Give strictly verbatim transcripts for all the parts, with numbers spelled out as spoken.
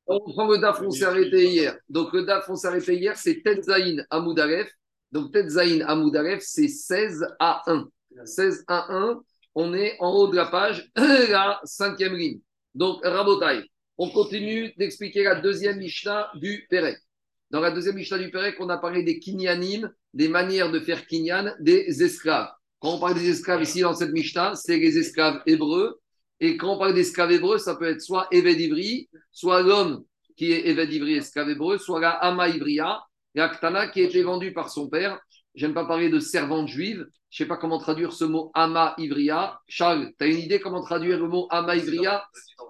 On prend le DAF, on s'est arrêté hier. Donc, le DAF, on s'est arrêté hier, c'est Tetzaïn Amoud Aleph. Donc, Tetzaïn Amoud Aleph, c'est seize à un. seize à un, on est en haut de la page, la cinquième ligne. Donc, Rabotai, on continue d'expliquer la deuxième Mishnah du Pérec. Dans la deuxième Mishnah du Pérec, on a parlé des kinyanim, des manières de faire kinyan, des esclaves. Quand on parle des esclaves ici dans cette Mishnah, c'est les esclaves hébreux. Et quand on parle d'esclaves hébreux, ça peut être soit Eved Ivri, soit l'homme qui est Eved Ivri, esclave hébreu, soit la Ama Ivria, la Ktana qui a été vendue par son père. J'aime pas parler de servante juive. Je ne sais pas comment traduire ce mot Ama Ivria. Charles, tu as une idée comment traduire le mot Ama Ivria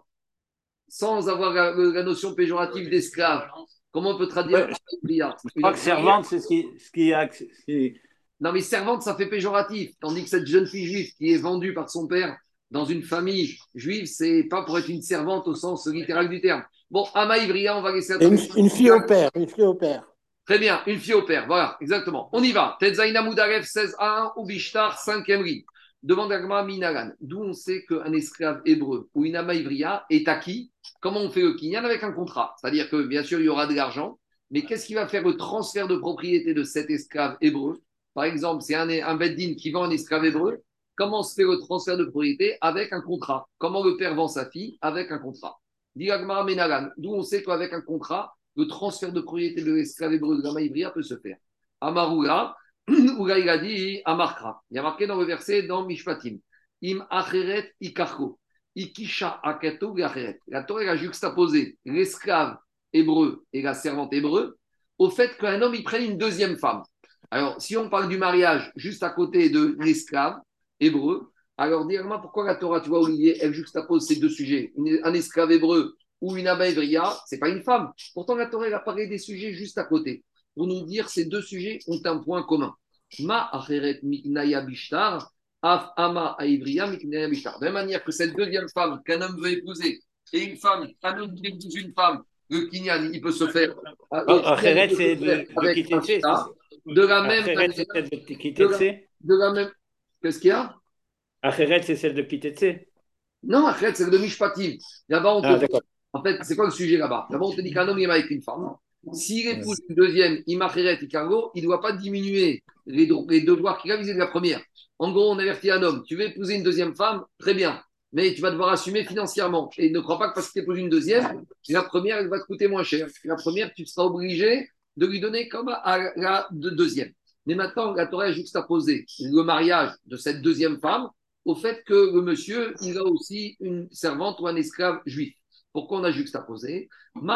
sans avoir la, la notion péjorative d'esclave? Comment on peut traduire Ouais, Ama Ivria? je crois que servante, c'est ce qui, ce qui, ce qui- Non, mais servante, ça fait péjoratif. Tandis que cette jeune fille juive qui est vendue par son père dans une famille juive, c'est pas pour être une servante au sens littéral du terme. Bon, Ama Ivria, on va laisser la Et une, traduction. une fille au père, une fille au père. Très bien, une fille au père. Voilà, exactement. On y va. Tetzaïna Moudarev seize à un ou Bishtar cinquième riz. Demande Agma Minaran. D'où on sait qu'un esclave hébreu ou une Ama Ivria est acquis. Comment on fait le kinyan? Avec un contrat. C'est-à-dire que, bien sûr, il y aura de l'argent. Mais qu'est-ce qui va faire le transfert de propriété de cet esclave hébreu? Par exemple, c'est un, un beddin qui vend un esclave hébreu. Comment se fait le transfert de propriété? Avec un contrat. Comment le père vend sa fille? Avec un contrat. Dit Agma Minaran. D'où on sait qu'avec un contrat, le transfert de propriété de l'esclave hébreu de Gama Ivria peut se faire. Amaroula, Oula il a dit Amarkra. Il y a marqué dans le verset dans Mishpatim. Im acheret ikarko. Ikisha akato acheret. La Torah a juxtaposé l'esclave hébreu et la servante hébreu au fait qu'un homme il prenne une deuxième femme. Alors, si on parle du mariage juste à côté de l'esclave hébreu, alors dis-moi pourquoi la Torah, tu vois, Olivier, elle juxtapose ces deux sujets. Un esclave hébreu ou une abaïvria, ce n'est pas une femme. Pourtant, la Torah a parlé des sujets juste à côté, pour nous dire que ces deux sujets ont un point commun. Ma acheret miknaya bishtar, af ama aivria miknaya bishtar. De la même manière que cette deuxième femme qu'un homme veut épouser, et une femme, un homme qui épouse une femme, le kinyan, il peut se faire, Oh, euh, Acheret, peut se c'est faire de, de avec un Kitetse. shtar. De la même Acheret, manière, c'est celle de de la, Kitetse. de la même. Qu'est-ce qu'il y a? Acheret, c'est celle de Kitetse. Non, arrête, c'est le demi-shpatim. Là-bas, on te Ah, dit, d'accord. en fait, c'est quoi le sujet là-bas? Là-bas, on te dit qu'un homme, il est avec une femme. S'il Ouais. épouse une deuxième, Imacheret Ikargo, il ne doit pas diminuer les, les devoirs qu'il a visés de la première. En gros, on avertit un homme, tu veux épouser une deuxième femme, très bien, mais tu vas devoir assumer financièrement. Et ne crois pas que parce que tu épouses une deuxième, la première, elle va te coûter moins cher. La première, tu seras obligé de lui donner comme à la deuxième. Mais maintenant, la Torah a juxtaposé le mariage de cette deuxième femme au fait que le monsieur, il a aussi une servante ou un esclave juif. Pourquoi on a juxtaposé?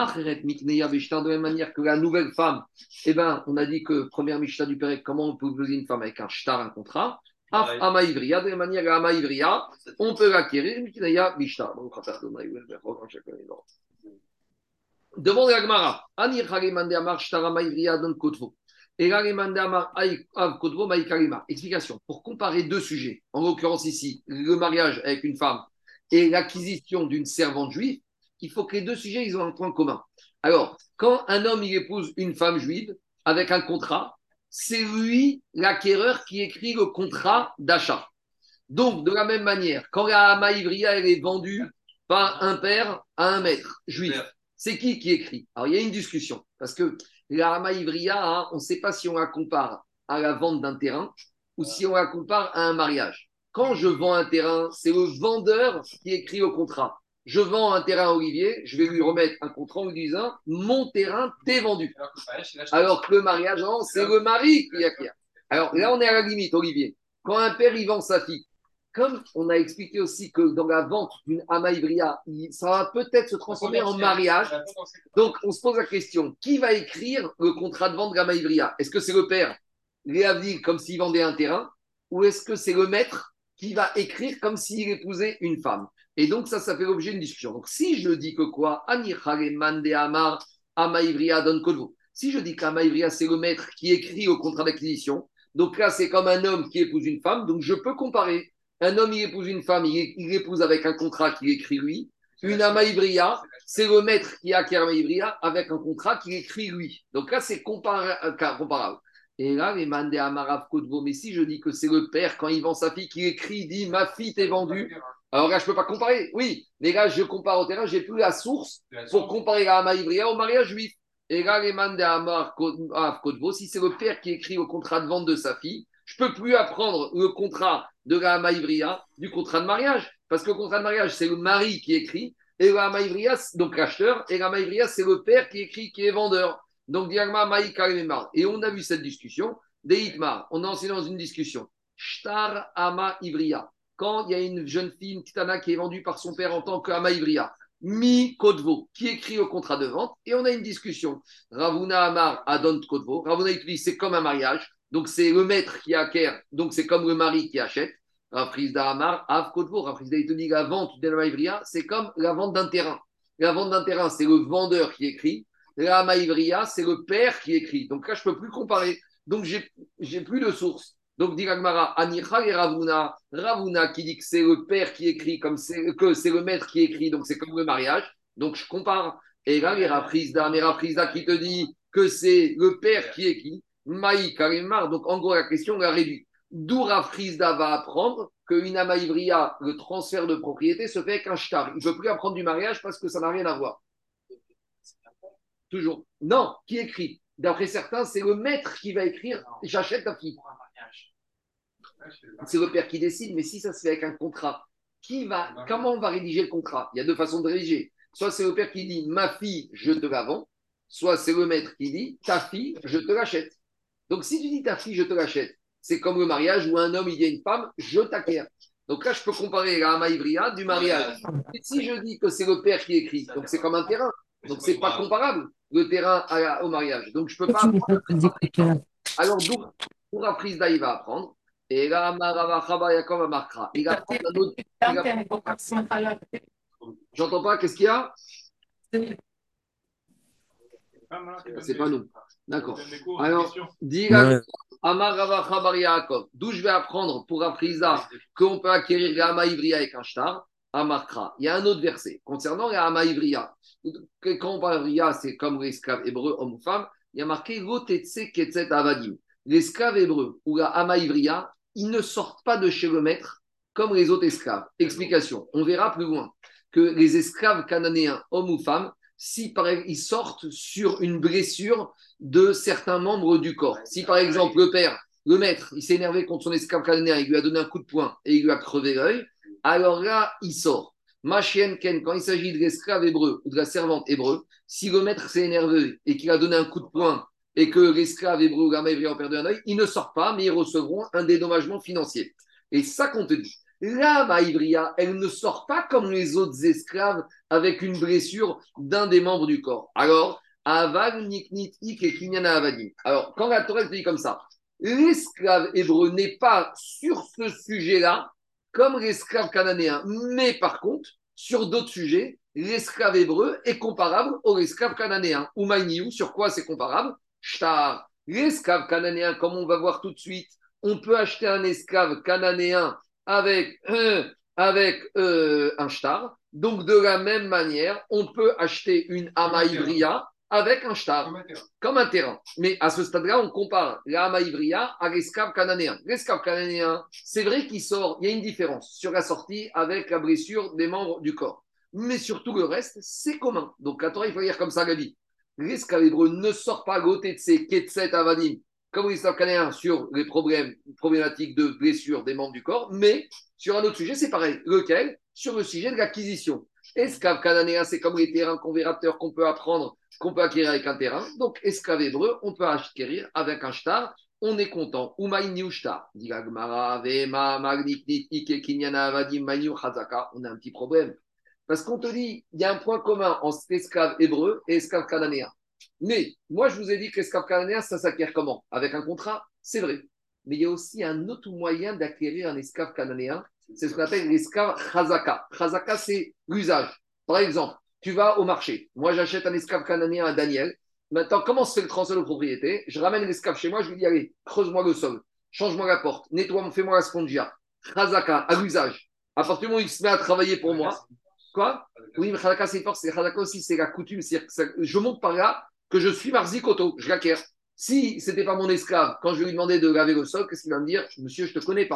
De la même manière que la nouvelle femme, eh ben, on a dit que première Mishnah du Pérec, comment on peut épouser une femme avec un shtar, un contrat? Af Ama Ivria, de la même manière, la Ama Ivria, on peut l'acquérir, Miknaya Bishtar. Demande à Gmara. Anir Harimande Amar Shtar Ama Ivria Don Kotvo. Et là, les mandamar av kodvo maïkarima. Explication. Pour comparer deux sujets, en l'occurrence ici, le mariage avec une femme et l'acquisition d'une servante juive, il faut que les deux sujets ils ont un point commun. Alors, quand un homme il épouse une femme juive avec un contrat, c'est lui l'acquéreur qui écrit le contrat d'achat. Donc, de la même manière, quand la Hama Ivria elle est vendue par un père à un maître juif, c'est qui qui écrit? Alors, il y a une discussion parce que la Hama Ivria, hein, on ne sait pas si on la compare à la vente d'un terrain ou si on la compare à un mariage. Quand je vends un terrain, c'est le vendeur qui écrit au contrat. Je vends un terrain à Olivier, je vais lui remettre un contrat en lui disant mon terrain t'est vendu. Alors que le mariage, non, c'est le mari qui acquiert. Alors là, on est à la limite, Olivier. Quand un père il vend sa fille, comme on a expliqué aussi que dans la vente d'une Hama Ivria, ça va peut-être se transformer en mariage. Donc, on se pose la question, qui va écrire le contrat de vente de Hama Ivria? Est-ce que c'est le père, Léavdi, comme s'il vendait un terrain, ou est-ce que c'est le maître qui va écrire comme s'il épousait une femme? Et donc, ça, ça fait l'objet d'une discussion. Donc, si je dis que quoi? Si je dis qu'Hama Ivria, c'est le maître qui écrit au contrat d'acquisition, donc là, c'est comme un homme qui épouse une femme, donc je peux comparer. Un homme, il épouse une femme, il, il épouse avec un contrat qu'il écrit lui. Une Hama Ivria, c'est le maître qui acquiert Hama Ivria avec un contrat qu'il écrit lui. Donc là, c'est compara- euh, comparable. Et là, les mandés Amarav Kodvo, mais si je dis que c'est le père, quand il vend sa fille, qui écrit, il dit ma fille t'est vendue Alors là, je ne peux pas comparer. Oui, mais là, je compare au terrain, je n'ai plus la source pour comparer la Hama Ivria au mariage juif. Et là, les man de Hamar Kodvo, si c'est le père qui écrit le contrat de vente de sa fille, je ne peux plus apprendre le contrat de la Hama Ivria du contrat de mariage. Parce que le contrat de mariage, c'est le mari qui écrit. Et la Hama Ivria, donc l'acheteur, et la Hama Ivria, c'est le père qui écrit, qui est vendeur. Donc, Diagma Maï Kalememar. Et on a vu cette discussion. Deitmar, on a enseigné dans une discussion. Shtar Hama Ivria. Quand il y a une jeune fille, une titana, qui est vendue par son père en tant que Hama Ivria. Mi Kodvo, qui écrit au contrat de vente, et on a une discussion. Ravuna Amar Adon Kodvo. Ravuna il dit c'est comme un mariage, donc c'est le maître qui acquiert, donc c'est comme le mari qui achète. Rafrizda Amar Av Kodvo. Rafrizda il te dit la vente de la Ivria, c'est comme la vente d'un terrain. La vente d'un terrain, c'est le vendeur qui écrit. La Maïvria, c'est le père qui écrit. Donc là, je ne peux plus comparer. Donc, j'ai, j'ai plus de source. Donc, dit Gagmara, Anicha et Ravuna, Ravuna qui dit que c'est le père qui écrit, comme c'est, que c'est le maître qui écrit, donc c'est comme le mariage. Donc, je compare. Et là, les Rafrizda, mes Rafrizda qui te dit que c'est le père qui écrit, Maï Karimar. Donc, en gros, la question, on l'a réduit. D'où Rafrizda va apprendre qu'une Amaïvria, le transfert de propriété, se fait avec un shtar. Il ne peut plus apprendre du mariage parce que ça n'a rien à voir. Toujours. Non, qui écrit? D'après certains, c'est le maître qui va écrire j'achète ta fille. C'est le père qui décide, mais si ça se fait avec un contrat, qui va, comment on va rédiger le contrat? Il y a deux façons de rédiger. Soit c'est le père qui dit ma fille, je te la vends, soit c'est le maître qui dit ta fille, je te l'achète. Donc si tu dis ta fille, je te l'achète, c'est comme le mariage où un homme il dit à une femme, je t'acquiers. Donc là, je peux comparer la Hama Ivria du mariage. Et si je dis que c'est le père qui écrit, donc c'est comme un terrain. Donc, ce n'est pas comparable, le terrain à, au mariage. Donc, je ne peux pas. Alors, d'où pour Aprisda, il va apprendre. Et là, Marava Yaakov Markra. Il apprend un autre. A... J'entends pas, qu'est-ce qu'il y a? C'est pas nous. D'accord. Alors, dis Amarava Chabar Yaakov. D'où je vais apprendre pour Aprisda qu'on peut acquérir la Hama Ivria avec un shtar? Amarkra. Il y a un autre verset concernant la Hama Ivria. Quand on parle d'Ivria, c'est comme l'esclave hébreu, homme ou femme, il y a marqué Lotetse Ketset Avadim. L'esclave hébreu ou la Hama Ivria, ils ne sortent pas de chez le maître comme les autres esclaves. Explication. On verra plus loin que les esclaves cananéens, hommes ou femmes, si par exemple, ils sortent sur une blessure de certains membres du corps. Si par exemple le père, le maître, il s'est énervé contre son esclave cananéen, il lui a donné un coup de poing et il lui a crevé l'œil, alors là, il sort. Machien Ken, quand il s'agit de l'esclave hébreu ou de la servante hébreu, si le maître s'est énervé et qu'il a donné un coup de poing et que l'esclave hébreu ou la maïvria ont perdu un œil, ils ne sortent pas, mais ils recevront un dédommagement financier. Et ça qu'on te dit. La maïvria, elle ne sort pas comme les autres esclaves avec une blessure d'un des membres du corps. Alors, aval niknit ik et kinyana avadim. Alors, quand la Torah te dit comme ça, l'esclave hébreu n'est pas sur ce sujet-là comme l'esclave cananéen. Mais par contre, sur d'autres sujets, l'esclave hébreu est comparable au esclave cananéen. Ou Maïniou, sur quoi c'est comparable? Shtar. L'esclave cananéen, comme on va voir tout de suite, on peut acheter un esclave cananéen avec, euh, avec euh, un shtar. Donc, de la même manière, on peut acheter une Hama Ivria avec un shtar, comme un terrain. Comme un terrain. Mais à ce stade-là, on compare la Hama Ivria à l'esclave cananéen. L'esclave cananéen, c'est vrai qu'il sort, il y a une différence sur la sortie avec la blessure des membres du corps. Mais surtout le reste, c'est commun. Donc, à Torah, il faut lire comme ça la vie. L'esclave hébreu ne sort pas côté de ses ketset avadim, comme l'esclave cananéen sur les problèmes problématiques de blessure des membres du corps, mais sur un autre sujet, c'est pareil. Lequel? Sur le sujet de l'acquisition. Esclave cananéen, c'est comme les terrains converteurs qu'on peut apprendre, qu'on peut acquérir avec un terrain. Donc, esclave hébreu, on peut acquérir avec un shtar. On est content. On a un petit problème. Parce qu'on te dit, il y a un point commun entre esclave hébreu et esclave cananéen. Mais moi, je vous ai dit que l'esclave cananéen, ça s'acquiert comment? Avec un contrat, c'est vrai. Mais il y a aussi un autre moyen d'acquérir un esclave cananéen. C'est ce qu'on appelle l'esclave chazaka. Chazaka, c'est l'usage. Par exemple, tu vas au marché. Moi, j'achète un esclave cananéen à Daniel. Maintenant, comment se fait le transfert de propriété? Je ramène l'esclave chez moi, je lui dis, allez, creuse-moi le sol, change-moi la porte, nettoie, fais-moi la spongia. Chazaka, à l'usage. À partir du moment où il se met à travailler pour moi, quoi? Oui, mais Chazaka, c'est fort. Chazaka aussi, c'est la coutume. C'est, je montre par là que je suis Marzikoto, je l'acquiers. Si ce n'était pas mon esclave, quand je lui demandais de laver le sol, qu'est-ce qu'il va me dire? Monsieur, je ne te connais pas.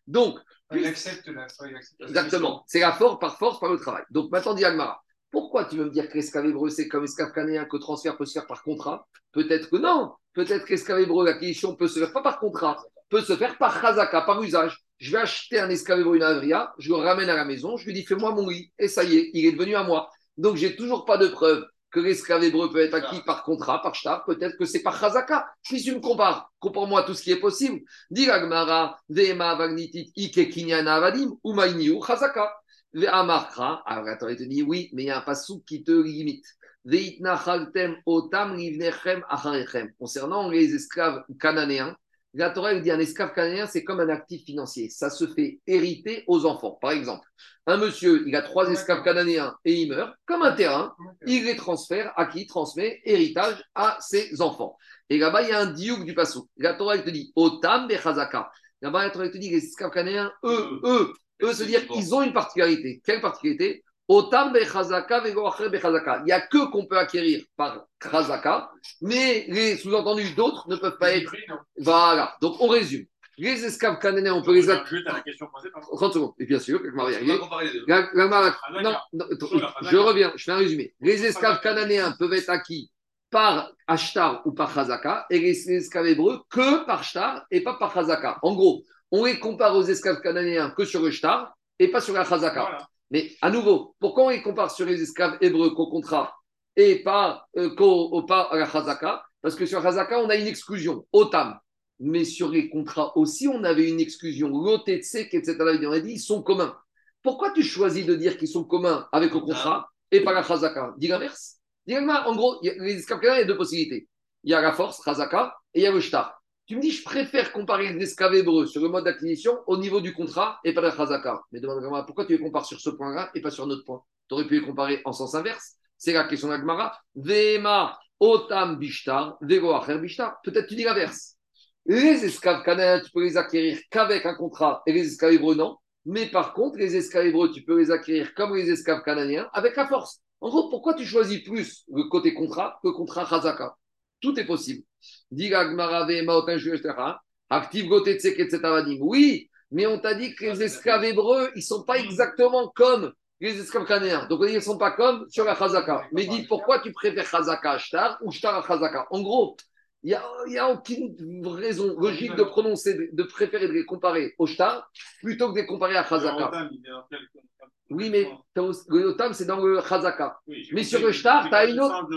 Donc, il accepte la il accepte la exactement, c'est la force par force, par le travail. Donc maintenant, dit Agmara, pourquoi tu veux me dire que l'esclave hébreu, c'est comme esclave canéen, que le transfert peut se faire par contrat? Peut-être que non. Peut-être qu'esclave hébreu, l'acquisition peut se faire pas par contrat, peut se faire par chazaka, par usage. Je vais acheter un esclave hébreu, une avria, je le ramène à la maison, je lui dis fais-moi mon lit, et ça y est, il est devenu à moi. Donc j'ai toujours pas de preuve que l'esclave hébreu peut être acquis par contrat, par shtar, peut-être que c'est par chazaka. Si tu me compares, compare-moi tout ce qui est possible. Dis l'agmara, vema vagnitit ike kinyana avadim, umayniu chazaka. Ve'amarkra, alors attends, il te dit oui, mais il y a un passou qui te limite. Ve'itna chaltem otam livnechem acharechem. Concernant les esclaves cananéens, la Torah elle dit un esclave cananéen, c'est comme un actif financier. Ça se fait hériter aux enfants. Par exemple, un monsieur, il a trois esclaves cananéens et il meurt, comme un terrain, il les transfère à qui il transmet héritage à ses enfants. Et là-bas, il y a un diouk du passou. La Torah elle te dit otam bechazaka. Là-bas, la Torah elle te dit les esclaves cananéens, eux, eux, eux se dire qu'ils ont une particularité. Quelle particularité? Otam bechazaka vegoacher bechazaka. Il n'y a que qu'on peut acquérir par chazaka, mais les sous-entendus d'autres ne peuvent pas être. Voilà. Donc on résume. Les esclaves cananéens, on peut les acquérir. trente secondes. Et bien sûr, quelqu'un va y arriver. La- la- la- Non, non, je reviens, je fais un résumé. Les esclaves cananéens peuvent être acquis par ashtar ou par chazaka, et les esclaves hébreux que par shtar et pas par chazaka. En gros, on les compare aux esclaves cananéens que sur le shtar et pas sur la chazaka. Voilà. Mais à nouveau, pourquoi on les compare sur les esclaves hébreux qu'au contrat et pas, euh, qu'au, au- pas à la chazaka? Parce que sur la chazaka, on a une exclusion, otam. Mais sur les contrats aussi, on avait une exclusion, l'otetsek, et cetera. On a dit, ils sont communs. Pourquoi tu choisis de dire qu'ils sont communs avec le contrat et pas la chazaka? Dis l'inverse. Dis l'inverse. En gros, il y a- les esclaves cananéens, il y a deux possibilités. Il y a la force, chazaka, et il y a le shtar. Tu me dis, je préfère comparer les esclaves hébreux sur le mode d'acquisition au niveau du contrat et pas de la chazaka. Mais demande-moi, pourquoi tu les compares sur ce point-là et pas sur notre point? Tu aurais pu les comparer en sens inverse. C'est la question d'Agmara. Vema otam bishtar, vego acher bishtar. Peut-être tu dis l'inverse. Les esclaves cananéens, tu peux les acquérir qu'avec un contrat et les esclaves hébreux, non. Mais par contre, les esclaves hébreux, tu peux les acquérir comme les esclaves cananéens avec la force. En gros, pourquoi tu choisis plus le côté contrat que le contrat chazaka? Tout est possible. Active Gotetsek, et cetera. Oui, mais on t'a dit que les esclaves hébreux, ils ne sont pas exactement comme les esclaves cananéens. Donc, ils ne sont pas comme sur la Chazaka. Mais dis, pourquoi tu préfères Chazaka à Shtar ou Shtar à Chazaka? En gros, il n'y a, y a aucune raison logique de prononcer, de préférer de les comparer au Shtar plutôt que de les comparer à Chazaka. Oui, mais le Otam, c'est dans le Chazaka. Mais sur le Shtar, tu as une autre.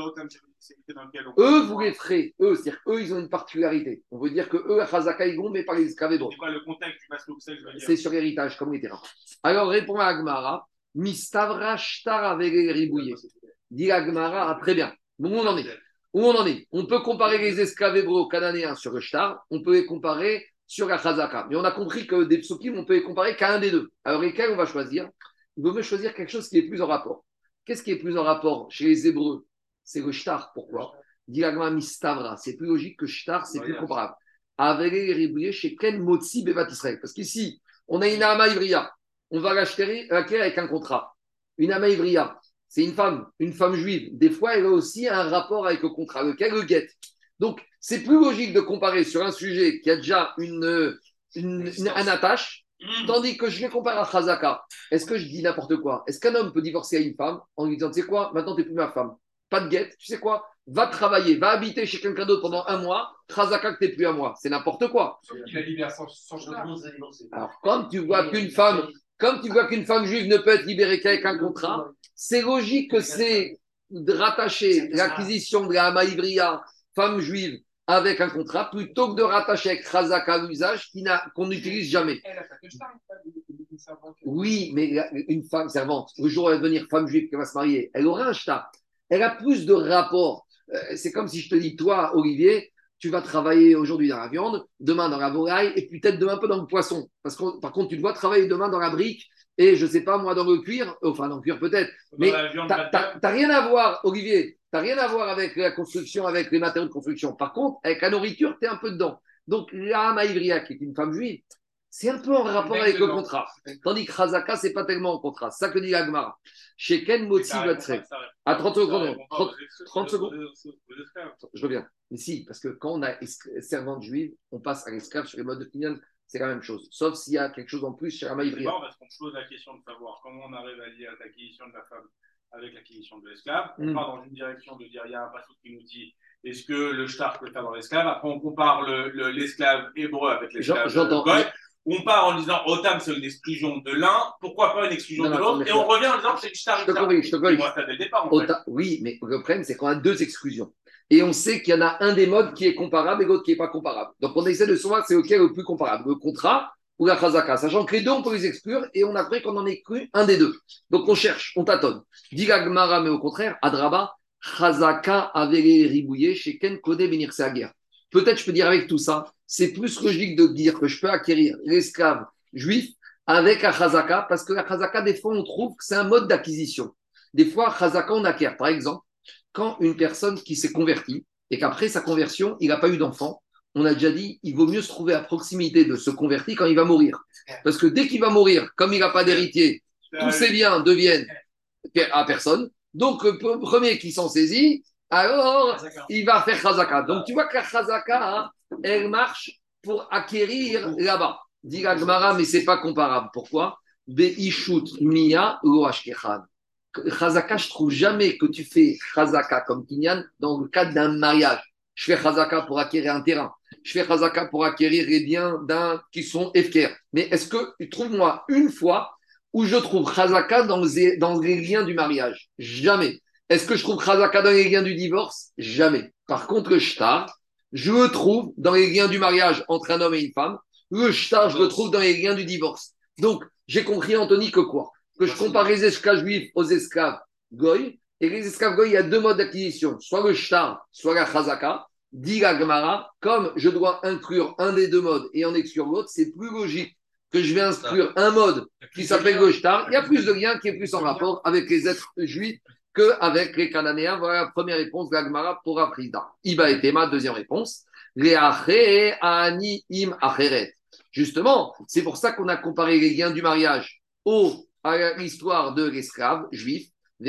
Eux, vous les ferez. Eux, c'est-à-dire eux, ils ont une particularité. On veut dire que eux, à Chazaka, ils vont, mais pas les esclaves hébreux. C'est quoi le contexte du maslow, c'est ça que je veux dire. C'est sur l'héritage, comme les terrains. Alors, répond à Agmara. Mistavra Shtar avec les ribouillés. Dit Agmara, ah, très bien. Bon, où on en est? Où on en est? On peut comparer les esclaves hébreux cananéens sur le Shtar, on peut les comparer sur la Chazaka. Mais on a compris que des psukim, on peut les comparer qu'à un des deux. Alors, lesquels on va choisir? Il vaut mieux choisir quelque chose qui est plus en rapport. Qu'est-ce qui est plus en rapport chez les Hébreux? C'est le shtar. Pourquoi? Diagma mistavra. C'est plus logique que shtar, c'est plus comparable. Avec les ribouillés chez Ken Motsi Bevat Israël. Parce qu'ici, on a une Ama Ivria. On va l'acheter avec un contrat. Une Ama Ivria, c'est une femme, une femme juive. Des fois, elle a aussi un rapport avec le contrat, lequel le guette. Donc, c'est plus logique de comparer sur un sujet qui a déjà une, une, une, un attache. Tandis que je les compare à Chazaka, est-ce que je dis n'importe quoi? Est-ce qu'un homme peut divorcer à une femme en lui disant, tu sais quoi, maintenant tu n'es plus ma femme? Pas de guette, tu sais quoi? Va travailler, va habiter chez quelqu'un d'autre pendant un mois, Chazaka que tu n'es plus à moi. C'est n'importe quoi. Sauf qu'il a libéré sans, sans shtar. Alors, comme tu vois qu'une femme, comme tu vois qu'une femme juive ne peut être libérée qu'avec un contrat, c'est logique que c'est de rattacher l'acquisition de la Hama Ivriya, femme juive, avec un contrat, plutôt que de rattacher avec Chazaka à l'usage qu'on n'utilise jamais. Elle a pas que shtar, une servante. Oui, mais une femme servante, le jour où elle va devenir femme juive, qu'elle va se marier, elle aura un shtar. Elle a plus de rapport. Euh, c'est comme si je te dis, toi, Olivier, tu vas travailler aujourd'hui dans la viande, demain dans la volaille, et puis peut-être demain un peu dans le poisson. Parce que par contre, tu dois travailler demain dans la brique, et je ne sais pas, moi, dans le cuir, enfin, dans le cuir peut-être. Mais tu n'as rien à voir, Olivier. Tu n'as rien à voir avec la construction, avec les matériaux de construction. Par contre, avec la nourriture, tu es un peu dedans. Donc, la Hama Ivriya, qui est une femme juive, c'est un peu en rapport avec le contrat. Tandis que Chazaka, ce n'est pas tellement en contrat. C'est ça que dit Agmara. Chez Ken Motsi Batsre. À trente secondes. trente, trente secondes. Je reviens. Mais si, parce que quand on a servante juive, on passe à l'esclave sur les modes de Kinyan. c'est la même chose. Sauf s'il y a quelque chose en plus chez la C'est Maïvria. marrant parce qu'on se pose la question de savoir comment on arrive à lier l'acquisition de la femme avec l'acquisition de l'esclave. On Mm. part dans une direction de dire il y a un passage qui nous dit est-ce que le shtar peut faire dans l'esclave. Après, on compare le- le- l'esclave hébreu avec l'esclave J'entends. goy. On part en disant Otam, c'est une exclusion de l'un, pourquoi pas une exclusion Non, de non, l'autre, mais et on revient en disant c'est le shtar. Je te corrige, je te corrige. Moi, ça dès le départ, en fait. Ota- Oui, mais le problème, c'est qu'on a deux exclusions. Et on sait qu'il y en a un des modes qui est comparable et l'autre qui n'est pas comparable. Donc on essaie de savoir c'est lequel le plus comparable, le contrat ou la chazaka. Sachant que les deux, on peut les exclure et on a pris qu'on en exclut un des deux. Donc on cherche, on tâtonne. Dit la Gemara, mais au contraire, Adraba, chazaka avéré ribouillé chez Ken Kode Benir guerre. Peut-être je peux dire avec tout ça, c'est plus logique de dire que je peux acquérir l'esclave juif avec la chazaka, parce que la chazaka, des fois, on trouve que c'est un mode d'acquisition. Des fois, chazaka, on acquiert. Par exemple, quand une personne qui s'est convertie et qu'après sa conversion, il n'a pas eu d'enfant, on a déjà dit, il vaut mieux se trouver à proximité de se convertir quand il va mourir. Parce que dès qu'il va mourir, comme il n'a pas d'héritier, tous ses biens deviennent à personne. Donc, le premier qui s'en saisit, alors, il va faire chazaka. Donc, tu vois que la chazaka, hein, elle marche pour acquérir là-bas. Dit la Gemara, mais ce n'est pas comparable. Pourquoi? Beishut miya lo ashkechan. Chazaka, je ne trouve jamais que tu fais chazaka comme kinyan dans le cadre d'un mariage. Je fais chazaka pour acquérir un terrain. Je fais chazaka pour acquérir les biens d'un qui sont efker. Mais est-ce que, trouve-moi une fois où je trouve chazaka dans les, dans les liens du mariage? Jamais. Est-ce que je trouve chazaka dans les liens du divorce? Jamais. Par contre, le shtar, je le trouve dans les liens du mariage entre un homme et une femme. Le shtar, je le trouve dans les liens du divorce. Donc, j'ai compris, Anthony, que quoi? Que je compare les esclaves juifs aux esclaves goy. Et les esclaves goy, il y a deux modes d'acquisition. Soit le shtar, soit la chazaka. Dit la Gemara, comme je dois inclure un des deux modes et en exclure l'autre, c'est plus logique que je vais inclure un mode qui s'appelle le shtar. Il y a plus de liens qui est plus en rapport avec les êtres juifs qu'avec les Cananéens. Voilà la première réponse de la Gemara pour Afrida. Iba et Tema, deuxième réponse. Ani im acheret. Justement, c'est pour ça qu'on a comparé les liens du mariage au, à l'histoire de l'esclave juif.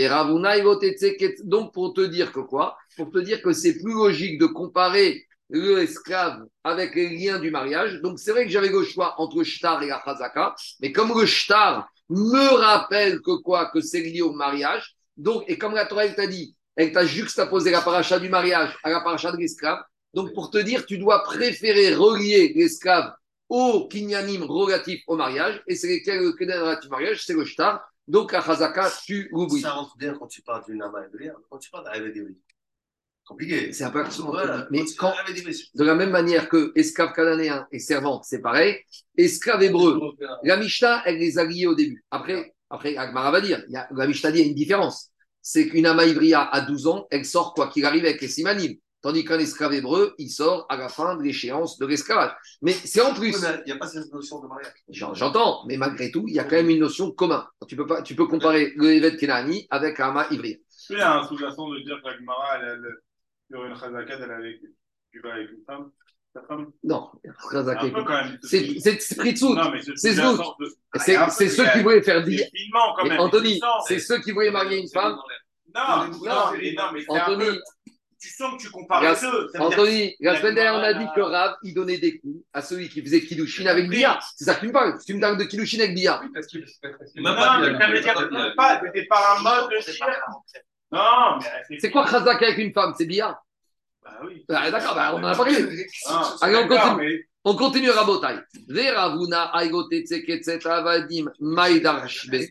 Donc, pour te dire que quoi? Pour te dire que c'est plus logique de comparer l'esclave avec les liens du mariage. Donc, c'est vrai que j'avais le choix entre shtar et la chazaka, mais comme le shtar me rappelle que quoi? Que c'est lié au mariage. Donc, et comme la Torah, elle t'a dit, elle t'a juxtaposé la paracha du mariage à la paracha de l'esclave. Donc, pour te dire, tu dois préférer relier l'esclave au kinyanim relatif au mariage. Et c'est lesquels le kinyanim relatif au mariage? C'est le shtar. Donc, la chazaka, tu l'oublies. Ça rentre bien quand tu parles d'une nama hébreu, quand tu parles d'Aïvé d'Ivry. Compliqué. C'est un peu accent. Voilà. Mais Quand quand, tu parles de la même manière que esclave cananéen et servante, c'est pareil, esclave hébreu, la Mishnah, elle les a liés au début. Après, après Agmara va dire, il y a, la Mishnah dit, il y a une différence. C'est qu'une ama ivria à douze ans, elle sort quoi qu'il arrive avec les simanim. Tandis qu'un esclave hébreu, il sort à la fin de l'échéance de l'esclavage. Mais c'est en plus. Il n'y a pas cette notion de mariage. J'entends, mais malgré tout, il y a quand même une notion commune. Tu peux, pas, tu peux comparer le Evet Kenani avec un ama ivria. Il y a un sous-jacent de dire que la Gemara, elle, elle, il y aurait une chazaka, elle avec, tu vas avec une femme, ta femme. Non, Un peu quand même. c'est c'est Pritsout. Non, mais C'est sous-jacent Zout. de- C'est Ah, c'est un peu, ceux mais qui voulaient faire c'est dire. finement quand Mais même. Anthony, tu sens. c'est ceux qui voulaient marier une femme. Non, non, Non. mais, non, mais c'est un Anthony, peu. Tu sens que tu compares la, les deux. Ça veut dire- Anthony, la la semaine dernière, on a Gemara, dit que Rav, il donnait des coups à celui qui faisait Kiddushin avec Bia. C'est ça que tu me parles. Tu me parles de Kiddushin avec Bia. Oui, parce qu'il- parce qu'il- Non, Non, pas mais bien. ça veut dire que pas, c'était par un mode de dire. Non, mais C'est quoi Khazak avec une femme? C'est Bia. Bah oui. Ah, d'accord, bah, on en a parlé. Ah, Allez, on d'accord, continue. mais- On continue, Rabotai. Veravuna aigotetse ketset avadim maïdarashbe.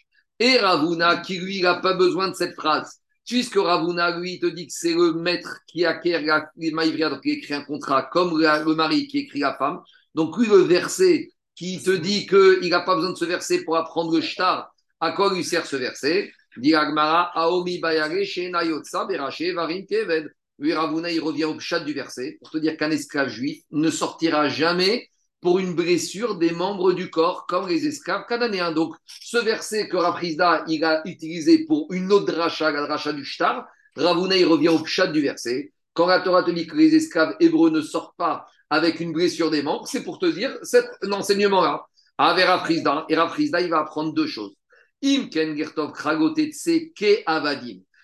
Et Ravuna, qui lui, n'a pas besoin de cette phrase. Puisque Ravuna, lui, te dit que c'est le maître qui acquiert la, les maïvria, donc il écrit un contrat, comme la- le mari qui écrit la femme. Donc lui, le verset qui te dit qu'il n'a pas besoin de ce verset pour apprendre le shtar, à quoi lui sert ce verset? Dit Agmara, Aomi bayare shenayotsa berache varim keved. Lui, Ravuna, il revient au chat du verset pour te dire qu'un esclave juif ne sortira jamais pour une blessure des membres du corps, comme les esclaves cananéens. Donc, ce verset que Raprizda il a utilisé pour une autre dracha, la dracha du shtar, Ravuna, il revient au chat du verset. Quand la Torah te dit que les esclaves hébreux ne sortent pas avec une blessure des membres, c'est pour te dire cet enseignement-là. Avec Raprizda, et Raprizda, il va apprendre deux choses. Im ken gertov kragotetse ke avadim.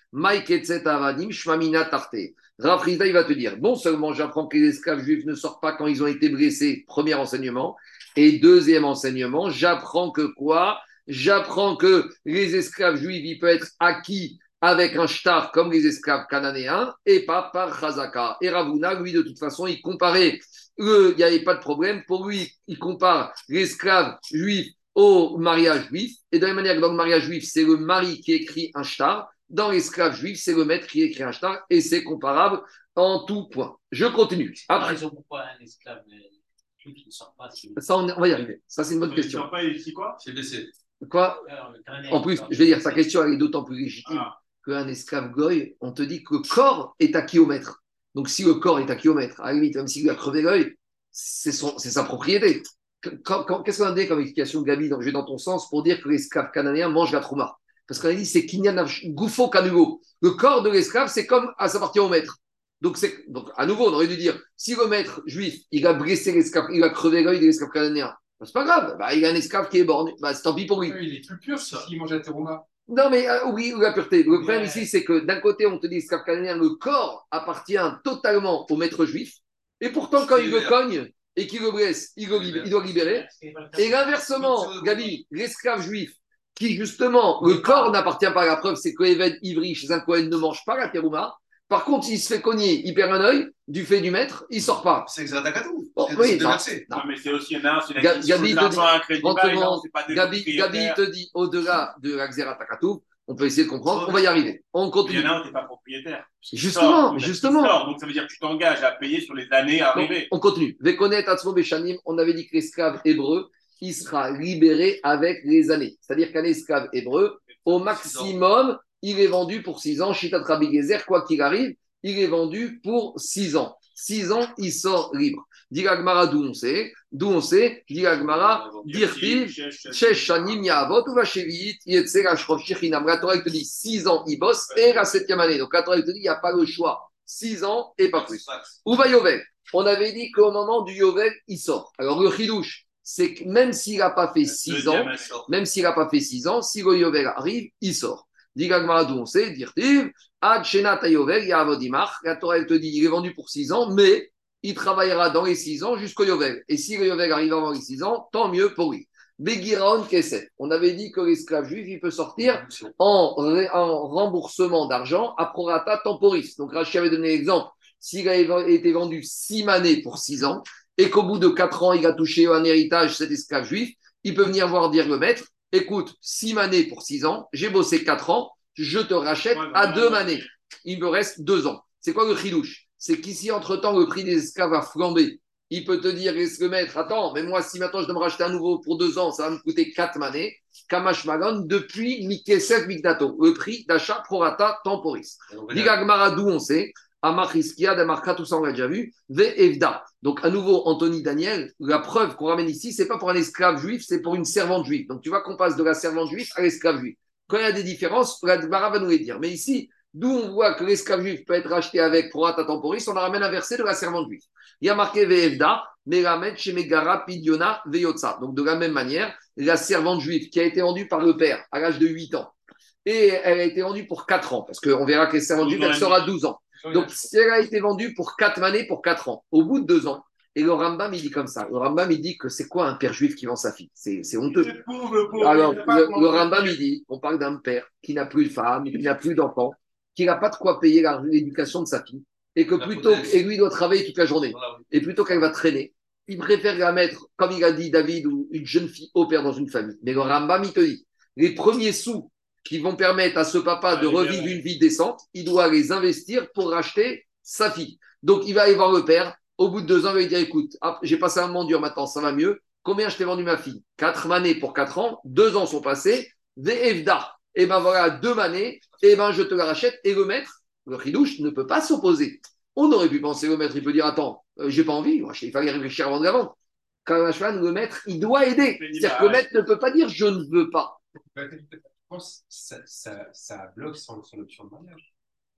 Mike et Avadim, Shmamina Tarte. Rav Chizda, il va te dire, non seulement j'apprends que les esclaves juifs ne sortent pas quand ils ont été blessés, premier enseignement, et deuxième enseignement, j'apprends que quoi? J'apprends que les esclaves juifs, ils peuvent être acquis avec un shtar comme les esclaves cananéens et pas par Chazaka. Et Ravuna, lui, de toute façon, il comparait, il n'y avait pas de problème. Pour lui, il compare l'esclave juif au mariage juif. Et de la même manière que dans le mariage juif, c'est le mari qui écrit un shtar. Dans l'esclave juif, c'est le maître qui écrit un shtar. Et c'est comparable en tout point. Je continue. Après, Par exemple, pourquoi un esclave juif ne sort pas si... ça, on, on va y arriver. Ça, c'est une bonne Il question. sort pas, il dit quoi? C'est blessé. Quoi? Alors, le Canadien, En il plus, sort. je vais dire, sa question, elle est d'autant plus légitime Ah. qu'un esclave goy, on te dit que le corps est acquis au maître. Donc, si le corps est acquis au maître, à la limite, même s'il lui a crevé l'œil, c'est, son, c'est sa propriété. Quand, quand, qu'est-ce qu'on a donné comme explication, Gabi, donc, je vais dans ton sens, pour dire que l'esclave cananéen mange la trouma? Parce qu'on a dit, c'est kinyan gouffo kanugo. Le corps de l'esclave, c'est comme à s'appartient au maître. Donc, c'est, donc, à nouveau, on aurait dû dire, si le maître juif, il a blessé l'esclave, il a crevé l'œil de l'esclave cananéen, bah, c'est pas grave, bah, il a un esclave qui est borné, bah, c'est tant pis pour lui. Il est plus pur s'il mange la terouma. Non, mais euh, oui, la pureté. Le problème Ouais. ici, c'est que d'un côté, on te dit esclave cananéen, le corps appartient totalement au maître juif, et pourtant, quand il le cogne et qu'il le blesse, il, le libère, il doit libérer. Et l'inversement, Gabi, l'esclave juif, qui justement, le corps n'appartient pas à la preuve, c'est que Eved Ivri chez un Kohen ne mange pas la terouma. Par contre, s'il se fait cogner, il perd un œil, du fait du maître, il sort pas. C'est Xatakatou. Bon, C'est oui, c'est non. déversé. Non. Non, mais c'est aussi un c'est une Ga- acquisition Gabi d'un te dit- peu incrédible. Rentrement, Non, c'est pas des Gabi, Gabi propriétaires. te dit, au-delà de la Xeratakatou, on peut essayer de comprendre, on va y arriver. On Il y continue. en a un, t'es pas propriétaire. Il Justement, sort, il justement. sort, donc ça veut dire que tu t'engages à payer sur les années à Donc, arriver. on continue. Vekonet Atzmo Beshanim, on avait dit que l'esclave hébreu, il sera libéré avec les années. C'est-à-dire qu'un esclave hébreu, au maximum, il est vendu pour six ans. Shitat Rabbi Gezer, quoi qu'il arrive, il est vendu pour six ans. six ans, il sort libre. Diragmara, d'où on sait D'où on sait Diragmara, Dirtiv, Shesh Shanim Yahavot, ou Vachevit, Yetzer Ashrov Shechinam. La Torah, il te dit six ans, il bosse, et la septième année. Donc la Torah, il te dit, il n'y a pas le choix. six ans et pas plus. Où va Yovel? On avait dit qu'au moment du Yovel, il sort. Alors le Chidouche, c'est que même s'il n'a pas fait six ans, même s'il n'a pas fait six ans, si le Yovel arrive, il sort. Digagmara, d'où on sait, Dirtiv, Ad Shenat Yovel, Yahavodimach. La Torah, elle te dit, il est vendu pour six ans, mais il travaillera dans les six ans jusqu'au Yovel. Et si le Yovel arrive avant les six ans, tant mieux pour lui. Begiraon Kesef. On avait dit que l'esclave juif, il peut sortir en, en remboursement d'argent à prorata temporis. Donc Rachid avait donné l'exemple. S'il a été vendu six manées pour six ans et qu'au bout de quatre ans, il a touché un héritage, cet esclave juif, il peut venir voir dire le maître, écoute, six manées pour six ans, j'ai bossé quatre ans, je te rachète à deux manées. Il me reste deux ans. C'est quoi le chidouche? C'est qu'ici, entre-temps, le prix des esclaves a flambé. Il peut te dire, laisse le maître, attends, mais moi, si maintenant je dois me racheter un nouveau pour deux ans, ça va me coûter quatre manées. Kamash Magon, depuis Mikesef Mikdato, le prix d'achat prorata temporis. Digagmara, d'où on sait, Amachiskia, Damarka, tout ça on l'a déjà vu, Ve Evda. Donc, à nouveau, Anthony Daniel, la preuve qu'on ramène ici, c'est pas pour un esclave juif, c'est pour une servante juive. Donc, tu vois qu'on passe de la servante juive à l'esclave juif. Quand il y a des différences, la Gemara va nous les dire. Mais ici, d'où on voit que l'esclave juif peut être racheté avec prorata temporis, on la ramène un verset de la servante juive. Il y a marqué Ve'evda, Meramet, Shemegara, Pidiona, Veyotsa. Donc, de la même manière, la servante juive qui a été vendue par le père à l'âge de huit ans, et elle a été vendue pour quatre ans, parce qu'on verra que les servantes juives, elle sort à douze ans. Donc, si elle a été vendue pour quatre années, pour quatre ans, au bout de deux ans, et le Rambam, il dit comme ça. Le Rambam, il dit que c'est quoi un père juif qui vend sa fille? C'est, c'est honteux. C'est pauvre, le pauvre. Alors, Il a pas le, comment le faire. Rambam, il dit, on parle d'un père qui n'a plus de femme, qui n'a plus d'enfant, qui n'a pas de quoi payer la- l'éducation de sa fille, et que La plutôt, prothèse. et lui doit travailler toute la journée, Voilà, oui. et plutôt qu'elle va traîner, il préfère la mettre, comme il a dit David, ou une jeune fille au père dans une famille. Mais le Rambam, il te dit, les premiers sous qui vont permettre à ce papa de Ah, revivre libérer. une vie décente, il doit les investir pour racheter sa fille. Donc, il va aller voir le père. Au bout de deux ans, il va lui dire, écoute, ah, j'ai passé un moment dur, maintenant ça va mieux. Combien je t'ai vendu ma fille? Quatre manées pour quatre ans. Deux ans sont passés. Ve'evda. Et ben voilà, deux manées. Et ben je te la rachète. Et le maître, le chidouche, ne peut pas s'opposer. On aurait pu penser, le maître, il peut dire, attends, euh, j'ai pas envie. Moi, il fallait réfléchir avant de la vendre. Quand le maître, il doit aider. C'est-à-dire que le maître ne peut pas dire, je ne veux pas. Je pense que ça, ça, ça bloque son, son option de mariage.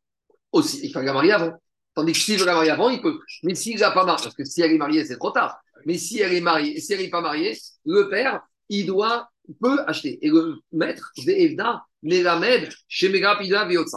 Aussi, il faut la marier avant. Tandis que s'il veut la marier avant, il peut. Mais s'il n'a pas marié, parce que si elle est mariée, c'est trop tard. Mais si elle est mariée, si elle n'est pas mariée, le père, il doit, peut acheter. Et le maître, Ve'evda, Melamed, chez Megapida, Viotsa.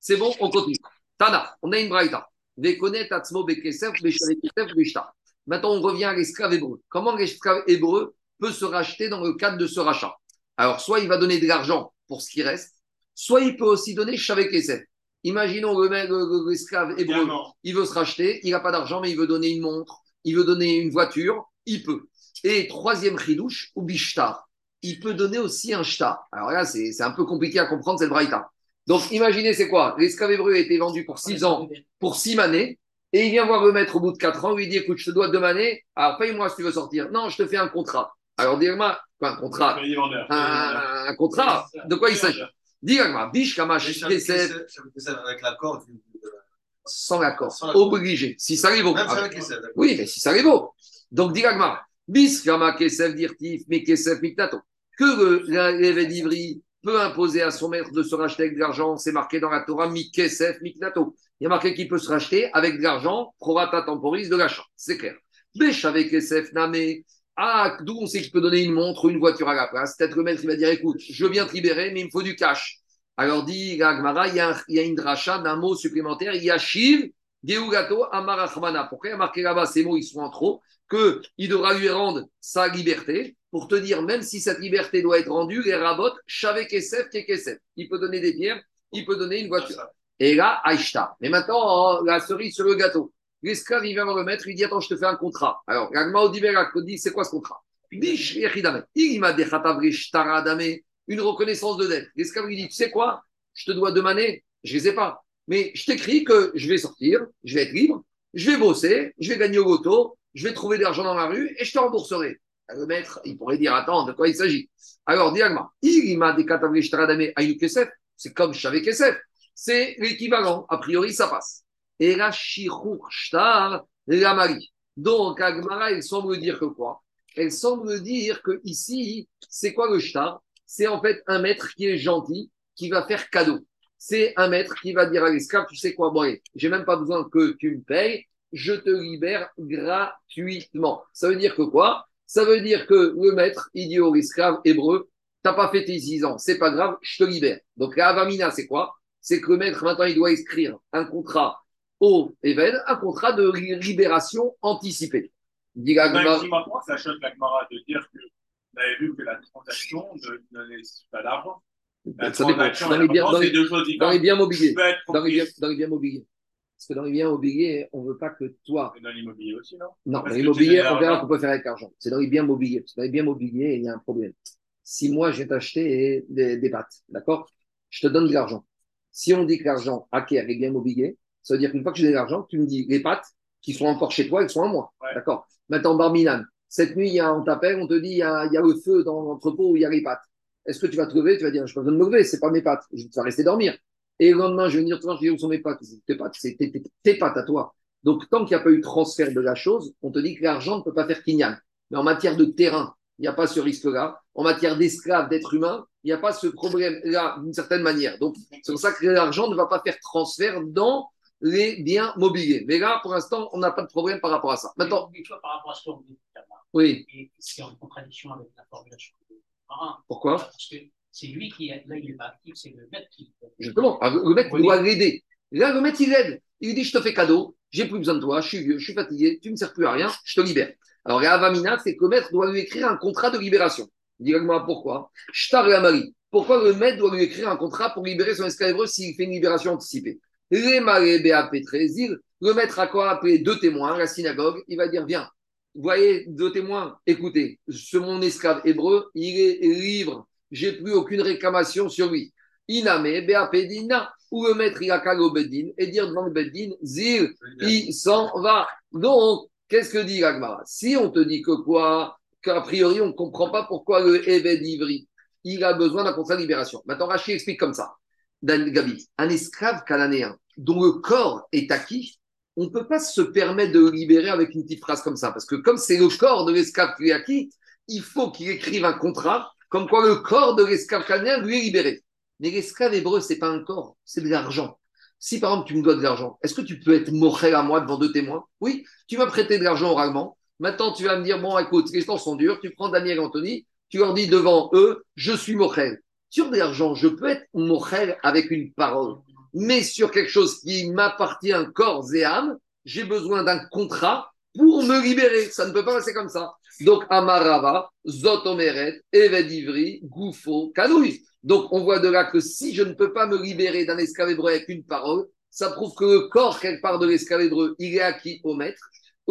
C'est bon, on continue. Tana, on a une braïta. Vekonet atzmo bekesef, beshavek kesef, beshtar. Maintenant, on revient à l'esclave hébreu. Comment l'esclave hébreu peut se racheter dans le cadre de ce rachat? Alors, soit il va donner de l'argent pour ce qui reste, soit il peut aussi donner Shavek Kesef. Imaginons le mec, le- l'esclave hébreu, Diamant. il veut se racheter, il n'a pas d'argent, mais il veut donner une montre, il veut donner une voiture, il peut. Et troisième chidouche, ou bishtar, il peut donner aussi un shtar. Alors là, c'est c'est un peu compliqué à comprendre, c'est le braïta. Donc, imaginez, c'est quoi? L'esclave hébreu a été vendu pour six ans, pour six manées, et il vient voir le maître au bout de quatre ans, lui dit, écoute, je te dois deux manées, alors paye-moi si tu veux sortir. Non, je te fais un contrat. Alors, dis-moi, quoi, un contrat? Crédit vendeur. Crédit vendeur. Un, un contrat? De quoi il s'agit? Dis-moi, biche, kamash, Shavek kesef, Kesef, Shavek Kesef avec l'accord. du- de- sans l'accord, Sans l'accord. obligé. Si ça arrive au Même ah, Shavek Kesef, d'accord. oui, mais si ça arrive au. Donc, dis Gagmar, bis kama kesef dirtif, mais kesef miktato. Que le- la- l'évêque d'Ivry peut imposer à son maître de se racheter avec de l'argent, c'est marqué dans la Torah, mi kesef miktato. Il y a marqué qu'il peut se racheter avec de l'argent, prorata temporis de l'achat. C'est clair. Bêche avec kesef namé. Ah, d'où on sait qu'il peut donner une montre ou une voiture à la place. Peut-être le maître, il va dire, écoute, je veux bien te libérer, mais il me faut du cash. Alors dit Gagmara, il y a, un- il y a une dracha d'un mot supplémentaire, il y a Shiv, Geugato, Amarachmana. Pourquoi il y a marqué là-bas, ces mots, ils sont en trop, qu'il devra lui rendre sa liberté, pour te dire, même si cette liberté doit être rendue, les rabotes, Shavek Kesef, Kekesef. Il peut donner des pierres, il peut donner une voiture. Et là, Aïshta. Mais maintenant, oh, la cerise sur le gâteau. L'esclave, il vient me remettre, il dit, attends, je te fais un contrat. Alors, Gagma Odiberak dit, c'est quoi ce contrat? Bish, Yechidame. Il m'a dit, Chatavrish, Taradame, une reconnaissance de dette. L'esclave lui dit, tu sais quoi, je te dois deux manées, je ne les ai pas. Mais je t'écris que je vais sortir, je vais être libre, je vais bosser, je vais gagner au loto, je vais trouver de l'argent dans la rue et je te rembourserai. Le maître, il pourrait dire, attends, de quoi il s'agit? Alors, Diagma, il m'a des Katavrich Taradame Aïnou Kesef, c'est comme je savais Kesef, c'est l'équivalent, a priori ça passe. Et la Shichur Shtar, la Marie. Donc, Agmara, elle semble dire que quoi? Elle semble dire que ici, c'est quoi le Shtar? C'est en fait un maître qui est gentil, qui va faire cadeau. C'est un maître qui va dire à l'esclave, tu sais quoi, bon, allez, j'ai même pas besoin que tu me payes, je te libère gratuitement. Ça veut dire que quoi? Ça veut dire que le maître, il dit au esclave hébreu, t'as pas fait tes six ans, c'est pas grave, je te libère. Donc la Avamina, c'est quoi? C'est que le maître, maintenant, il doit écrire un contrat au Even, un contrat de libération anticipée. Dit la Gemara- Maintenant, ça choque la Gemara de dire que vous avez vu que la transaction ne, ne nécessite pas d'argent. La Ça dépend. transaction Dans et les biens- l'argent, dans les- c'est deux choses Dans les différentes. biens mobiliers. Tu peux être Dans les biens, propriétaire dans les biens mobiliers. Parce que dans les biens mobiliers, on ne veut pas que toi. dans l'immobilier aussi, non? Non, Parce dans que l'immobilier, tu on verra l'argent. qu'on peut faire avec l'argent. C'est dans les biens mobiliers. Parce que dans les biens mobiliers, il y a un problème. Si moi, je vais t'acheter des, des pâtes, d'accord? Je te donne de l'argent. Si on dit que l'argent acquiert les biens mobiliers, ça veut dire qu'une fois que j'ai de l'argent, tu me dis les pâtes qui sont encore chez toi, elles sont à moi. Ouais. D'accord? Maintenant, Barminan, cette nuit, il y a, on t'appelle, on te dit il y, a, il y a le feu dans l'entrepôt où il y a les pâtes. Est-ce que tu vas te lever? Tu vas dire, je n'ai pas besoin de me lever, c'est pas mes pâtes. Je vais rester dormir. Et le lendemain, je vais venir te voir, je dis, où sont mes pâtes? Tes pâtes, c'est tes, tes- tes pâtes à toi. Donc, tant qu'il n'y a pas eu transfert de la chose, on te dit que l'argent ne peut pas faire kinyan. Mais en matière de terrain, il n'y a pas ce risque-là. En matière d'esclaves, d'êtres humains, il n'y a pas ce problème-là d'une certaine manière. Donc, c'est pour ça que l'argent ne va pas faire transfert dans les biens mobiliers. Mais là, pour l'instant, on n'a pas de problème par rapport à ça. Maintenant, Mais tu vois, par rapport à ce qu'on dit tout à l'heure, oui, et c'est en contradiction avec la formulation de Marin, pourquoi? parce que c'est lui qui est là, il n'est pas actif, c'est le maître qui. Justement, ah, le mec Oui. doit l'aider. Là, le mec, il l'aide. Il lui dit, je te fais cadeau, j'ai plus besoin de toi, je suis vieux, je suis fatigué, tu ne me sers plus à rien, je te libère. Alors, la Avamina, c'est que le maître doit lui écrire un contrat de libération. Dis-moi pourquoi. Shtar la Marie. Pourquoi le maître doit lui écrire un contrat pour libérer son esclave hébreu s'il fait une libération anticipée? Les Maréba Pétrézil, le maître a quoi appeler deux témoins, la synagogue, il va dire, viens, vous voyez, deux témoins, écoutez, ce mon esclave hébreu, il est libre, j'ai plus aucune réclamation sur lui. Iname, Béapédina, ou le maître, il a qu'à aller au Beddin et dire devant le Beddin, Zil, il s'en va. Donc, qu'est-ce que dit l'Agmara? Si on te dit que quoi, qu'a priori, on ne comprend pas pourquoi le Eved Ivri, il a besoin d'un contrat de libération. Maintenant, Rachid explique comme ça. Dan Gabi, un esclave cananéen dont le corps est acquis, on ne peut pas se permettre de le libérer avec une petite phrase comme ça. Parce que comme c'est le corps de l'esclave qui est acquis, il faut qu'il écrive un contrat comme quoi le corps de l'esclave cananéen lui est libéré. Mais l'esclave hébreu, ce n'est pas un corps, c'est de l'argent. Si par exemple tu me dois de l'argent, est-ce que tu peux être mochel à moi devant deux témoins? Oui, tu m'as prêté de l'argent oralement. Maintenant, tu vas me dire, bon, écoute, les temps sont durs, tu prends Daniel et Anthony, tu leur dis devant eux, je suis mochel. Sur de l'argent, je peux être mochel avec une parole, mais sur quelque chose qui m'appartient corps et âme, j'ai besoin d'un contrat pour me libérer. Ça ne peut pas passer comme ça. Donc, Amarava, Zotomeret, Eved Ivri, Goufo, Kanouï. Donc, on voit de là que si je ne peux pas me libérer d'un esclave hébreu avec une parole, ça prouve que le corps, quelque part de l'esclave hébreu, il est acquis au maître.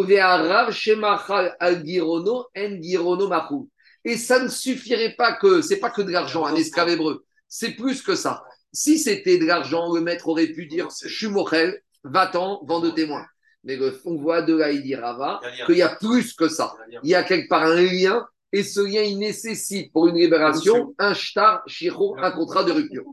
Et ça ne suffirait pas que, c'est pas que de l'argent, un esclave hébreu. C'est plus que ça. Si c'était de l'argent, le maître aurait pu dire, je suis mochel, va-t'en, vends de témoins. Mais le, on voit de là, il dit Rava, qu'il y a plus que ça. Il y a quelque part un lien, et ce lien, il nécessite pour une libération un shtar, shiro, un contrat de rupture.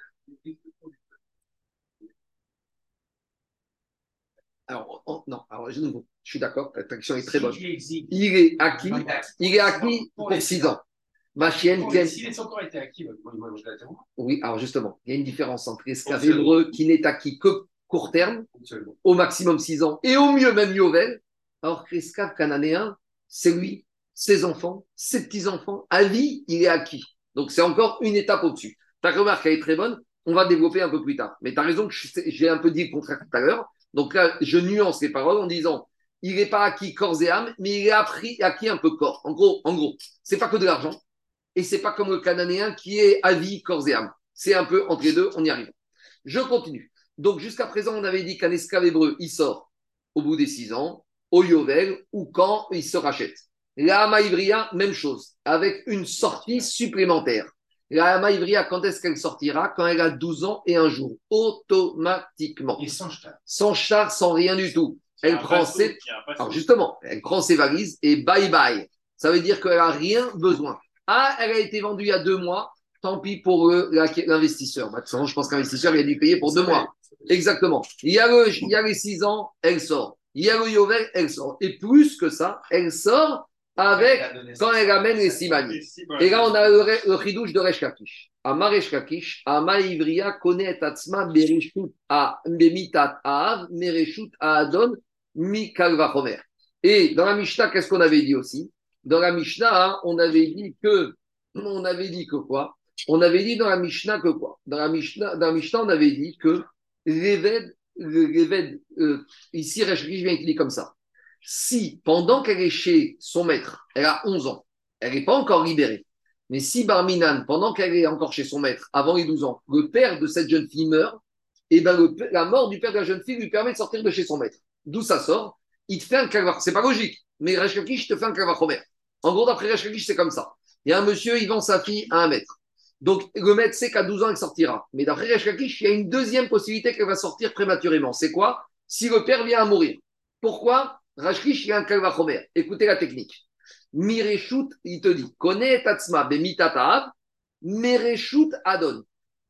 Alors, on, non, alors, je, je suis d'accord, la question est très bonne. Il est acquis, il est acquis pour six ans. Ma chienne, qui S'il est encore été acquis, moi, je l'ai témoin. Oui, alors justement, il y a une différence entre l'esclave hébreu qui n'est acquis que court terme, au maximum six ans, et au mieux même Yovel, alors que l'esclave cananéen, c'est lui, ses enfants, ses petits-enfants, à vie, il est acquis. Donc c'est encore une étape au-dessus. Ta remarque, elle est très bonne, on va développer un peu plus tard. Mais tu as raison, que j'ai un peu dit le contraire tout à l'heure. Donc là, je nuance les paroles en disant, il n'est pas acquis corps et âme, mais il est appris, acquis un peu corps. En gros, en gros, c'est pas que de l'argent, et c'est pas comme le cananéen qui est à vie corps et âme. C'est un peu entre les deux, on y arrive. Je continue. Donc jusqu'à présent, on avait dit qu'un esclave hébreu, il sort au bout des six ans, au Yovel, ou quand il se rachète. La Hama Ivria, même chose, avec une sortie supplémentaire. La Hama Ivria, quand est-ce qu'elle sortira? Quand elle a douze ans et un jour, automatiquement. Et sans shtar. Sans char, sans rien du tout. Elle prend ses... Alors justement, elle prend ses valises et bye bye. Ça veut dire qu'elle n'a rien besoin. Ah, elle a été vendue il y a deux mois, tant pis pour euh, l'investisseur. Bah, de toute façon, je pense qu'un investisseur, il a dû payer pour deux mois. Exactement. Il y, a le, il y a les six ans, elle sort. Il y a le Yovel, elle sort. Et plus que ça, elle sort avec, quand elle amène les simani. Et là, on a le, le chidouche de Resh Lakish. Amar Resh Lakish, Ama Ivria connaît Tatsma Bereshut a Bemitat Aav, Mereshut Aadon, Mi Kalvachomer. Et dans la Mishnah, qu'est-ce qu'on avait dit aussi? Dans la Mishnah, hein, on avait dit que, on avait dit que quoi? On avait dit dans la Mishnah que quoi? Dans la Mishnah, dans la Mishnah, on avait dit que l'Eved, l'Eved, euh, ici, Resh Lakish vient écrire comme ça. Si, pendant qu'elle est chez son maître, elle a onze ans, elle n'est pas encore libérée, mais si Barminan, pendant qu'elle est encore chez son maître, avant les douze ans, le père de cette jeune fille meurt, et ben le, la mort du père de la jeune fille lui permet de sortir de chez son maître. D'où ça sort? Il te fait un kalvar. C'est pas logique, mais Resh Lakish te fait un kalvar chomer. En gros, d'après Resh Lakish, c'est comme ça. Il y a un monsieur, il vend sa fille à un maître. Donc, le maître sait qu'à douze ans, elle sortira. Mais d'après Resh Lakish, il y a une deuxième possibilité qu'elle va sortir prématurément. C'est quoi? Si le père vient à mourir. Pourquoi? Resh Lakish, il y a un kalvar chomer. Écoutez la technique. Mireshut, il te dit, connaît Tatsma, Bemitatav, Mereshut Adon.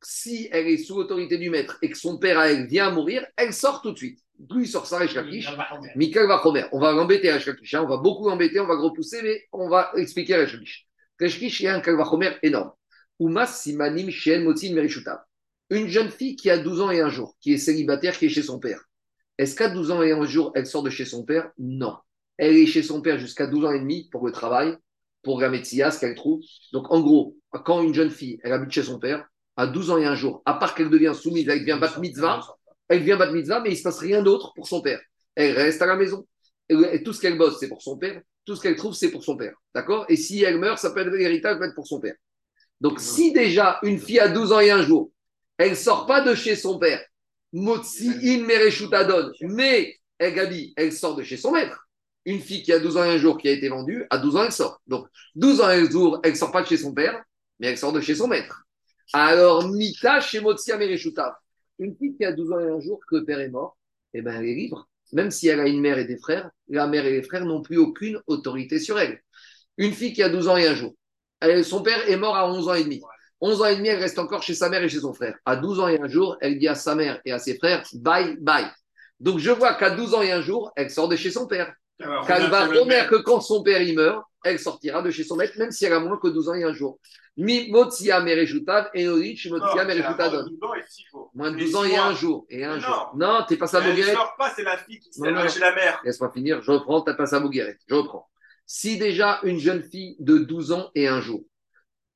Si elle est sous l'autorité du maître et que son père, elle vient à mourir, elle sort tout de suite. Plus il sort ça, Resh Lakish, Mikal va Chomer. On va l'embêter, Resh Lakish. Hein, on va beaucoup l'embêter, on va le repousser, mais on va expliquer Resh Lakish. Resh Lakish, il y a un Kal va Chomer énorme. Umas Simanim Shen Motzin Mereshutav. Une jeune fille qui a douze ans et un jour, qui est célibataire, qui est chez son père. Est-ce qu'à douze ans et un jour, elle sort de chez son père? Non. Elle est chez son père jusqu'à douze ans et demi pour le travail, pour la médecine, ce qu'elle trouve. Donc, en gros, quand une jeune fille, elle habite chez son père, à douze ans et un jour, à part qu'elle devient soumise, elle devient bat mitzvah, elle devient bat mitzvah, mais il ne se passe rien d'autre pour son père. Elle reste à la maison. Et tout ce qu'elle bosse, c'est pour son père. Tout ce qu'elle trouve, c'est pour son père. D'accord? Et si elle meurt, ça peut être l'héritage, peut être pour son père. Donc, si déjà une fille à douze ans et un jour, elle ne sort pas de chez son père, Motsi in Mereshutadon, mais elle, Gabi, elle sort de chez son maître. Une fille qui a douze ans et un jour qui a été vendue, à douze ans, elle sort. Donc, douze ans et un jour, elle ne sort pas de chez son père, mais elle sort de chez son maître. Alors, Mita chez Motsia Mereshutav. Une fille qui a douze ans et un jour, que le père est mort, eh ben, elle est libre. Même si elle a une mère et des frères, la mère et les frères n'ont plus aucune autorité sur elle. Une fille qui a douze ans et un jour, elle, son père est mort à onze ans et demi. onze ans et demi, elle reste encore chez sa mère et chez son frère. À douze ans et un jour, elle dit à sa mère et à ses frères, bye, bye. Donc, je vois qu'à douze ans et un jour, elle sort de chez son père. Elle va remettre que quand son père il meurt, elle sortira de chez son maître, même si elle a moins que douze ans et un jour. Mi Motsia Mereshutav et Norich Motsia Mereshutadon. Moins de douze ans et un jour. Et un jour. Non, t'es pas sa Elle ne Bouguerette. sort pas, c'est la fille qui s'est chez la mère. Laisse-moi finir, je reprends, t'as pas sa Bouguerette. Je reprends. Si déjà une jeune fille de douze ans et un jour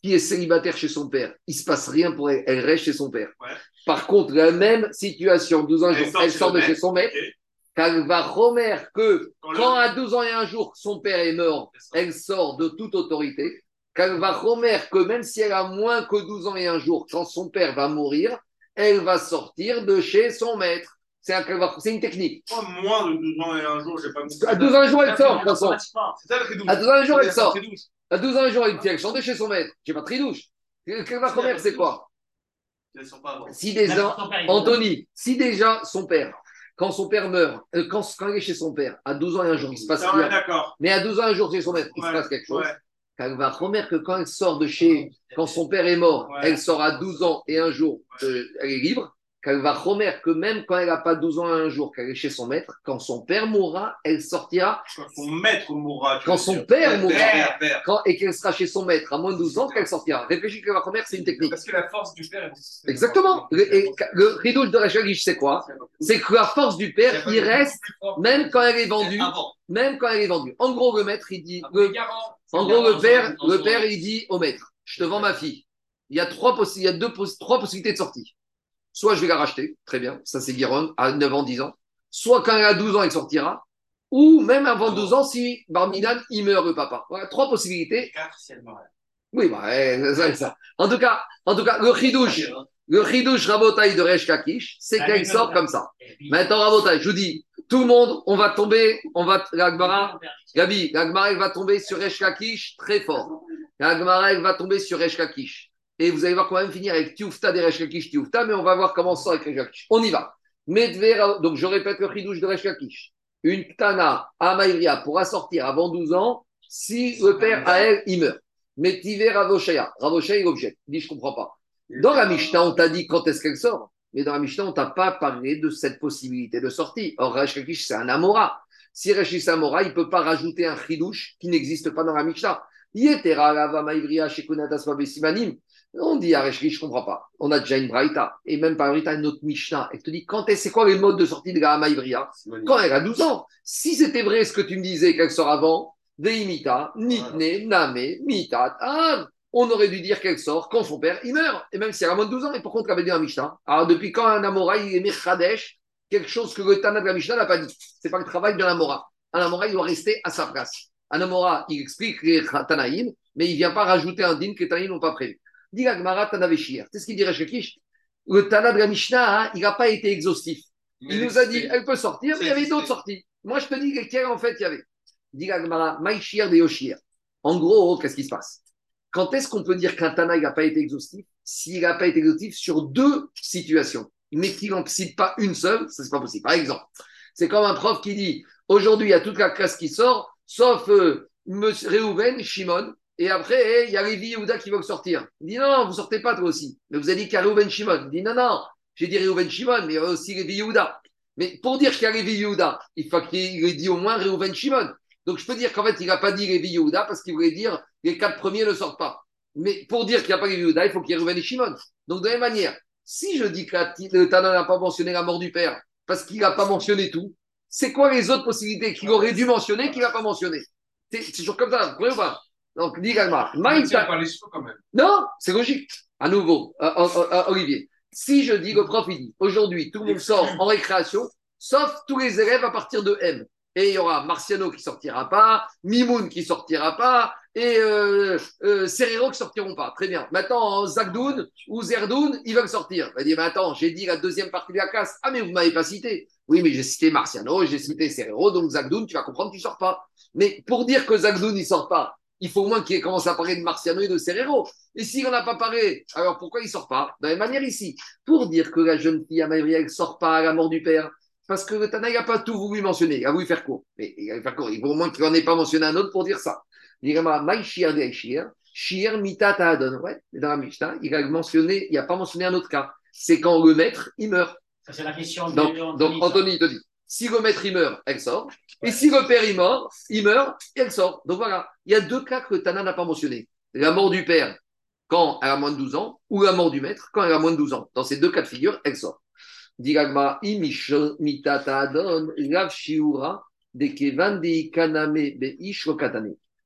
qui est célibataire chez son père, il ne se passe rien pour elle, elle reste chez son père. Ouais. Par contre, la même situation, douze ans et un Elle jour, sort elle chez sort le de chez maître. son maître, Ok. qu'elle va remettre que Quand le- quand à douze ans et un jour, son père est mort, elle sort de toute autorité, qu'elle va remettre que même si elle a moins que douze ans et un jour, quand son père va mourir, elle va sortir de chez son maître. C'est un- c'est une technique. Moi, moins de douze ans et un jour, j'ai pas compris. À douze ans et un jour, elle sort, de toute façon. C'est ça le tridouche. À douze ans et un jour, elle C'est ça, le sort. tridouche. À douze ans et un jour, elle sort de chez son maître. Je sais pas, tridouche. Qu'elle va remettre, c'est quoi? Ils ne sont pas avant. Si déjà, Son père, il- Anthony, si déjà son père, quand son père meurt, euh, quand, quand il est chez son père, à douze ans et un jour, il se passe Ça, on est rien. d'accord. Mais à douze ans et un jour, chez son maître, il se Ouais, passe quelque chose. ouais. Elle va remettre que quand elle sort de chez, quand son père est mort, Ouais. elle sort à douze ans et un jour, euh, elle est libre. Qu'elle va remettre que même quand elle n'a pas douze ans et un jour, qu'elle est chez son maître, quand son père mourra, elle sortira. Quand son maître mourra. tu Quand veux son dire. père mourra, Père, père. quand, et qu'elle sera chez son maître à moins de douze ans, qu'elle sortira. Réfléchis qu'elle va remettre, c'est une technique. Parce que la force du père est Exactement. Le, et- le ridouche de Rachel Guiche, c'est quoi? C'est que la force du père, il reste même quand elle est vendue. Avant. Même quand elle est vendue. En gros, le maître, il dit. Ah, le- les garants. en Les gros, le garants, père, en le sont- père, il dit au maître, je te vends ma fille. Il y a trois, possi- il y a deux, poss- trois possibilités de sortie. Soit je vais la racheter, très bien, ça c'est Guéron, à neuf ans, dix ans. Soit quand elle a douze ans, elle sortira. Ou même avant douze ans, si Barminan, il meurt le papa. Voilà, trois possibilités. quatre si elle meurt. Oui, bah, ouais, c'est ça, c'est ça. En tout cas, en tout cas, le chidouche, le chidouche Rabotaï de Resh Kakish, c'est Ah, qu'elle mais sort non, comme ça. Et puis- Maintenant, Rabotaï, je vous dis, tout le monde, on va tomber, on va, la Gemara, Gabi, la Gemara, elle va tomber sur Resh Lakish très fort. La Gemara, elle va tomber sur Resh Lakish. Et vous allez voir qu'on va même finir avec Tioufta des Resh Lakish, Tioufta, mais on va voir comment ça avec Resh Lakish. On y va. Medver, donc je répète le chidouche de Resh Lakish. Une Tana à Maïvria pourra sortir avant douze ans si le père à elle, il meurt. Mais Tiver Ravoshaya, Ravoshaya, il objecte. Il dit, je comprends pas. Dans la Mishnah, on t'a dit quand est-ce qu'elle sort. Mais dans la Mishnah, on t'a pas parlé de cette possibilité de sortie. Or, Resh Lakish, c'est un Amora. Si Resh Samora, il ne peut pas rajouter un chidouche qui n'existe pas dans la Mishnah. Yetera lava maivria shekunatas babesimanim. On dit à Resh Lakish, je ne comprends pas. On a déjà une braïta. Et même par braïta, une autre Mishnah. Elle te dit, quand est-ce, c'est quoi les modes de sortie de la maivria? Quand elle a douze ans. Si c'était vrai ce que tu me disais qu'elle sort avant, Veimita, Nitne, Name, Mitat, Av. On aurait dû dire qu'elle sort quand son père il meurt. Et même si elle a moins de douze ans. Et par contre, elle avait dit un Mishnah. Alors, depuis quand un Amora, il est Mechadesh, quelque chose que le Tana de la Mishnah n'a pas dit. Ce n'est pas le travail d'un Amora. Un Amora, il doit rester à sa place. Un Amora, il explique les Tanaïm, mais il ne vient pas rajouter un din que les Tanaïm n'ont pas prévu. Dit la Gemara Tanaveshir. C'est ce qu'il dirait chez Kish. Le Tana de la Mishnah, hein, il n'a pas été exhaustif. Il nous a dit, elle peut sortir, mais il y avait d'autres sorties. Moi, je te dis lesquelles, en fait, il y avait. Dit la Gemara, Maïshir de Yoshir. En gros, qu'est-ce qui se passe? Quand est-ce qu'on peut dire qu'un Tana n'a pas été exhaustif? S'il n'a pas été exhaustif sur deux situations, mais qu'il n'en cite pas une seule, ça, c'est pas possible. Par exemple, c'est comme un prof qui dit aujourd'hui, il y a toute la classe qui sort, sauf euh, Monsieur Réhouven, Shimon, et après, il y a Lévi Yehuda qui veulent sortir. Il dit non, non, vous sortez pas toi aussi. Mais vous avez dit qu'il y a Réhouven, Shimon. Il dit non, non, j'ai dit Réhouven, Shimon, mais il y a aussi Lévi Yehuda. Mais pour dire qu'il y a Lévi Yehuda, il faut qu'il ait dit au moins Réhouven, Shimon. Donc je peux dire qu'en fait, il n'a pas dit Lévi Yehuda parce qu'il voulait dire les quatre premiers ne sortent pas. Mais pour dire qu'il n'y a pas Lévi Yehuda, il faut qu'il y ait Réhouven et Shimon. Donc de la même manière, si je dis que la, le Tana n'a pas mentionné la mort du père parce qu'il n'a pas mentionné tout, c'est quoi les autres possibilités qu'il aurait dû mentionner qu'il n'a pas mentionné? C'est c'est toujours comme ça, vous comprenez ou pas? Donc, dis Galma. Maïta. Pas les cheveux quand même. Non, c'est logique. À nouveau, euh, euh, euh, Olivier. Si je dis, le prof, il dit, aujourd'hui, tout le monde sort en récréation, sauf tous les élèves à partir de M. Et il y aura Marciano qui sortira pas, Mimoun qui sortira pas, et euh, euh, Serrero qui sortiront pas. Très bien. Maintenant, Zagdoun ou Zerdoun, ils veulent sortir. Il va dire, mais attends, j'ai dit la deuxième partie de la classe. Ah, mais vous ne m'avez pas cité. Oui, mais j'ai cité Marciano, j'ai cité Serrero, donc Zagdoun, tu vas comprendre, tu ne sors pas. Mais pour dire que Zagdoun, il ne sort pas, il faut au moins qu'il commence à parler de Marciano et de Serrero. Et s'il n'en a pas parlé, alors pourquoi il ne sort pas? De la même manière ici, pour dire que la jeune fille à Maïvria ne sort pas à la mort du père, parce que le Tana n'a pas tout voulu mentionner, il a voulu faire court. Mais il a voulu faire court. Il faut au moins qu'il n'en ait pas mentionné un autre pour dire ça. Il dit Maïshir de Shir, Shir Mita Ta'adon. Ouais, dans la Mishnah, il a mentionné, il n'a pas mentionné un autre cas. C'est quand le maître, il meurt. Ça, c'est la question de Donc, Anthony. donc Anthony, il te dit, si le maître, il meurt, elle sort. Et si le père, il meurt, il meurt, elle sort. Donc voilà, il y a deux cas que le Tana n'a pas mentionné. La mort du père, quand elle a moins de douze ans, ou la mort du maître, quand elle a moins de douze ans. Dans ces deux cas de figure, elle sort. Diragma imisho mitata adon lav shiura de kevan de ikaname be ishro katane.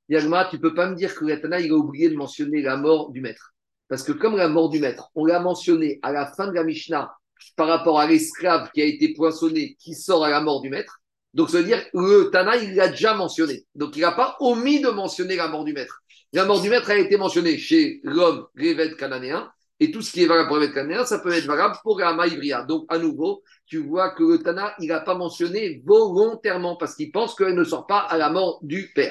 Yagma, tu ne peux pas me dire que le Tana, il a oublié de mentionner la mort du maître. Parce que comme la mort du maître, on l'a mentionné à la fin de la Mishnah par rapport à l'esclave qui a été poinçonné, qui sort à la mort du maître. Donc, ça veut dire le Tana, il l'a déjà mentionné. Donc, il n'a pas omis de mentionner la mort du maître. La mort du maître a été mentionnée chez l'homme, l'évêque cananéen. Et tout ce qui est valable pour l'évêque cananéen, ça peut être valable pour la Maïbria. Donc, à nouveau, tu vois que le Tana, il n'a pas mentionné volontairement parce qu'il pense qu'elle ne sort pas à la mort du père.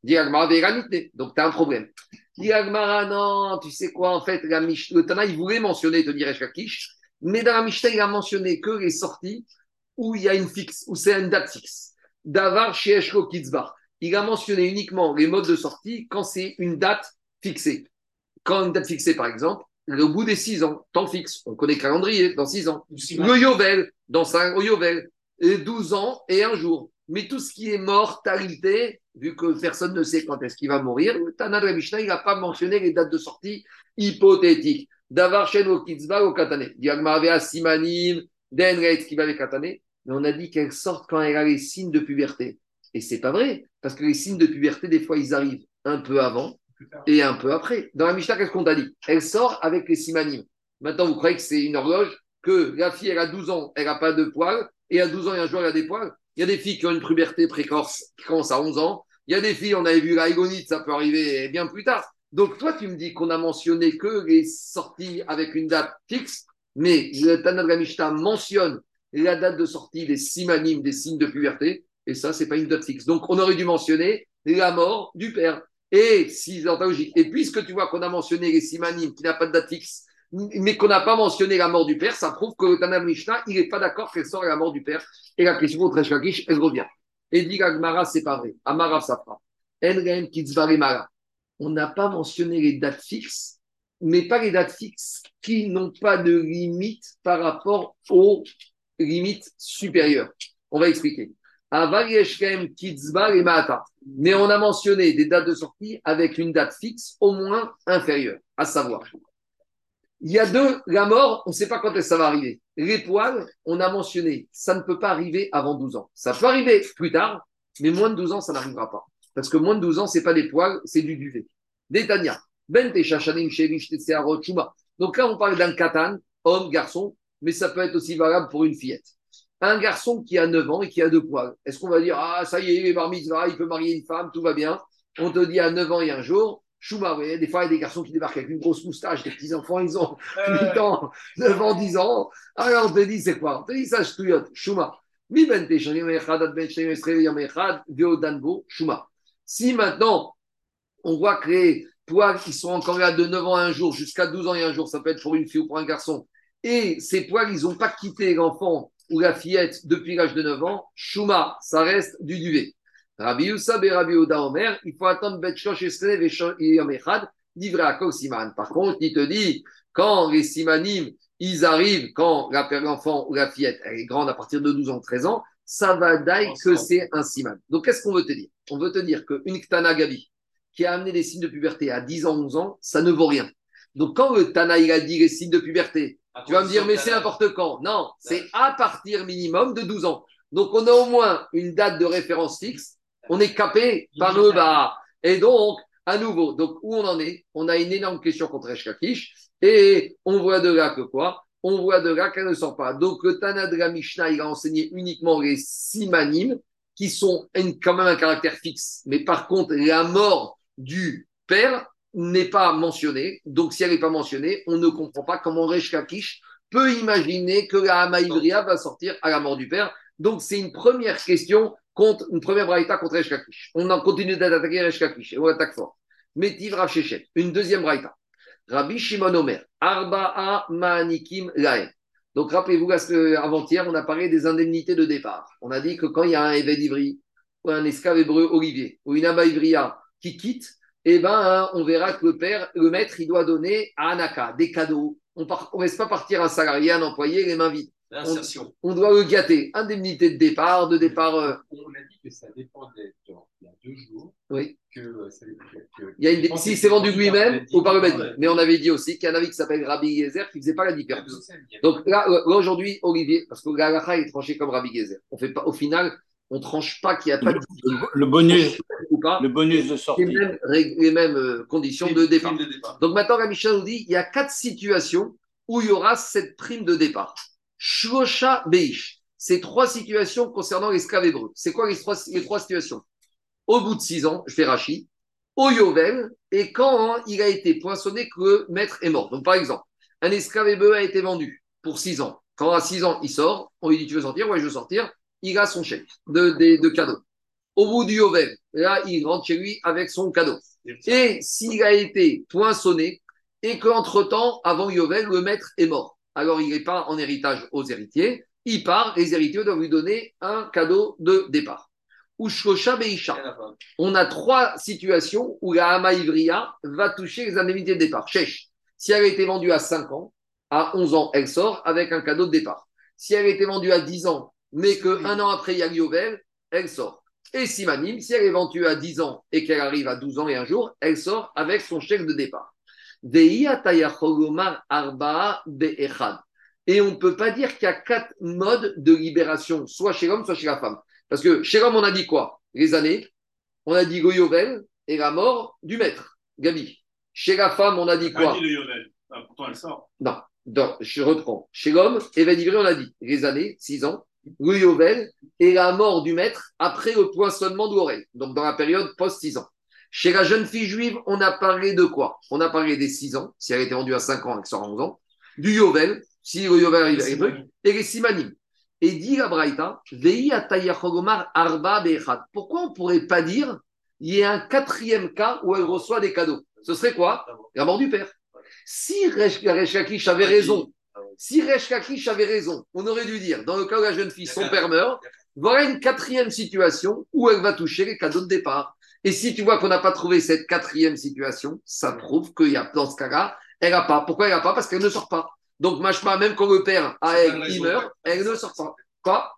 Donc, tu as un problème. Dit Agmara, non, tu sais quoi, en fait, la Mich- le Tana, il voulait mentionner, te dirais Lakish, mais dans la Mishnah, il a mentionné que les sorties où il y a une fixe, où c'est une date fixe. Davar chez Eshko Kitzbar. Il a mentionné uniquement les modes de sortie quand c'est une date fixée. Quand une date fixée, par exemple, au bout des six ans, temps fixe, on connaît le calendrier, dans six ans. Le Yovel, dans cinq, au Yovel, et douze ans et un jour. Mais tout ce qui est mortalité, vu que personne ne sait quand est-ce qu'il va mourir, le Tana de la Mishnah, il n'a pas mentionné les dates de sortie hypothétiques. Davar Shen au Kitzba au Katane. Diagmavea Simanim, Denret qui va avec Katane. Mais on a dit qu'elle sort quand elle a les signes de puberté. Et c'est pas vrai, parce que les signes de puberté, des fois, ils arrivent un peu avant et un peu après. Dans la Mishnah, qu'est-ce qu'on t'a dit? Elle sort avec les simanim. Maintenant, vous croyez que c'est une horloge, que la fille, elle a douze ans, elle n'a pas de poils, et à douze ans, et un jour, elle a des poils. Il y a des filles qui ont une puberté précoce, qui commencent à onze ans. Il y a des filles, on avait vu la hégonite, ça peut arriver bien plus tard. Donc, toi, tu me dis qu'on a mentionné que les sorties avec une date fixe, mais le Tana de la Mishnah mentionne la date de sortie des simanim, des signes de puberté, et ça, c'est pas une date fixe. Donc, on aurait dû mentionner la mort du père. Et si dans ta logique, et puisque tu vois qu'on a mentionné les simanim qui n'a pas de date fixe, mais qu'on n'a pas mentionné la mort du père, ça prouve que le Tana Mishnah, il n'est pas d'accord qu'elle sort à la mort du père. Et la question contre Resh elle revient. Et dit Agmara, c'est pas vrai. Amara Safra. Enrem Kitzvare Mara. On n'a pas mentionné les dates fixes, mais pas les dates fixes qui n'ont pas de limite par rapport aux limites supérieures. On va expliquer. Mais on a mentionné des dates de sortie avec une date fixe au moins inférieure, à savoir. Il y a deux, la mort, on ne sait pas quand ça va arriver. Les poils, on a mentionné, ça ne peut pas arriver avant douze ans. Ça peut arriver plus tard, mais moins de douze ans, ça n'arrivera pas. Parce que moins de douze ans, ce n'est pas des poils, c'est du duvet. Détania. Ben Teshachanim Sherish Tetsearot Shuma. Donc là, on parle d'un katan, homme, garçon, mais ça peut être aussi valable pour une fillette. Un garçon qui a neuf ans et qui a deux poils. Est-ce qu'on va dire, ah, ça y est, bar mitzvah, il peut marier une femme, tout va bien. On te dit à neuf ans et un jour, Chouma, oui, des fois, il y a des garçons qui débarquent avec une grosse moustache, des petits-enfants, ils ont huit ans, neuf ans, dix ans. Alors, on te dit, c'est quoi? On te dit, ça, je touillote, Chouma. Si maintenant, on voit que les poils qui sont encore là de neuf ans à un jour, jusqu'à douze ans et un jour, ça peut être pour une fille ou pour un garçon, et ces poils, ils n'ont pas quitté l'enfant ou la fillette depuis l'âge de neuf ans, Chouma, ça reste du duvet. Rabbi Youssab et Rabbi Oda Omer, il faut attendre Bet Shosh Eslev et Yom Echad, livré à Kol Siman. Par contre, il te dit, quand les Simanim, ils arrivent, quand l'enfant ou la fillette, elle est grande à partir de douze ans, treize ans, ça va d'ailleurs que c'est un Siman. Donc, qu'est-ce qu'on veut te dire? On veut te dire qu'une Ktana Gabi, qui a amené des signes de puberté à dix ans, onze ans, ça ne vaut rien. Donc, quand le Tana, il a dit les signes de puberté, tu vas me dire, mais c'est n'importe quand. Non, c'est à partir minimum de douze ans. Donc, on a au moins une date de référence fixe. On est capé par le bas. Et donc, à nouveau, donc où on en est? On a une énorme question contre Resh Lakish. Et on voit de là que quoi? On voit de là qu'elle ne sort pas. Donc, le Tana de la Mishnah, il a enseigné uniquement les simanim, qui sont une, quand même un caractère fixe. Mais par contre, la mort du père n'est pas mentionnée. Donc, si elle n'est pas mentionnée, on ne comprend pas comment Resh Lakish peut imaginer que la Hamaïbria va sortir à la mort du père. Donc, c'est une première question contre une première braïta contre Resh Lakish. On en continue d'attaquer Resh Lakish et on attaque fort. Métiv Rav Shechet, une deuxième braïta. Rabbi Shimon Omer, Arba'a Ma'anikim Laem. Donc rappelez-vous, avant-hier, on a parlé des indemnités de départ. On a dit que quand il y a un évêque ivri, ou un esclave hébreu Olivier, ou une Aba Ivria qui quitte, eh ben, hein, on verra que le père, le maître, il doit donner à Anaka des cadeaux. On ne laisse pas partir un salarié, un employé, les mains vides. L'insertion. On, on doit le gâter. Indemnité de départ, de départ. Euh... On a dit que ça dépendait genre, il y a deux jours. Oui. Que, euh, ça, que, il y a une, si c'est vendu lui-même ou par le Bedin. Mais on avait dit aussi qu'il y en avait qui s'appelle Rabbi Gezer qui ne faisait pas la différence. Donc là, là aujourd'hui, Olivier, parce que l'Alacha est tranché comme Rabbi Gezer. On fait pas, au final, On ne tranche pas qu'il n'y a pas de Le, le bonus, ou pas. le bonus de Les sortie. mêmes, règles- les mêmes euh, conditions de départ. Prime de départ. Donc maintenant, la Mishnah nous dit il y a quatre situations où il y aura cette prime de départ. Shlosha Beish. C'est trois situations concernant l'esclave hébreu. C'est quoi les trois, les trois situations? Au bout de six ans, je fais Rachi, au Yovel, et quand hein, il a été poinçonné que le maître est mort. Donc par exemple, un esclave hébreu a été vendu pour six ans. Quand à six ans, il sort, on lui dit tu veux sortir? Ouais, je veux sortir. Il a son chèque de, de, de cadeau. Au bout du Yovel, là, il rentre chez lui avec son cadeau. Et s'il a été poinçonné et qu'entre-temps, avant Yovel, le maître est mort, alors il n'est pas en héritage aux héritiers, il part, les héritiers doivent lui donner un cadeau de départ. Ou Shosha Beisha. On a trois situations où la Hama Ivria va toucher les indemnités de départ. Shesh, si elle a été vendue à cinq ans, à onze ans, elle sort avec un cadeau de départ. Si elle a été vendue à dix ans, mais qu'un an après, il y a Yovel, elle sort. Et Simanim, si elle est vendue à dix ans et qu'elle arrive à douze ans et un jour, elle sort avec son chèque de départ. Et on ne peut pas dire qu'il y a quatre modes de libération, soit chez l'homme, soit chez la femme. Parce que chez l'homme, on a dit quoi? Les années, on a dit Goyovel et la mort du maître, Gabi. Chez la femme, on a dit quoi? Pas dit le Yovel. Ah, pourtant, elle sort. Non, non, je reprends. Chez l'homme, Even Ivré, on a dit les années, six ans, le Yovel et la mort du maître après le poinçonnement de l'oreille, donc dans la période post-six ans. Chez la jeune fille juive, on a parlé de quoi? On a parlé des six ans, si elle a été vendue à cinq ans, elle sort à onze ans, du Yovel, si le Yovel arrive à l'époque, et les Simanim. Et dit la Braïta, Vei atayachogomar arba be'echad. Pourquoi on ne pourrait pas dire il y a un quatrième cas où elle reçoit des cadeaux? Ce serait quoi? La mort du père. Si Resh Lakish avait raison, si Resh Lakish avait raison, on aurait dû dire, dans le cas où la jeune fille, son père meurt, voilà une quatrième situation où elle va toucher les cadeaux de départ. Et si tu vois qu'on n'a pas trouvé cette quatrième situation, ça prouve qu'il y a, dans ce cas-là, elle n'a pas. Pourquoi elle n'a pas? Parce qu'elle ne sort pas. Donc, Machma, même quand le père a elle, il meurt, elle ne sort pas. Quoi?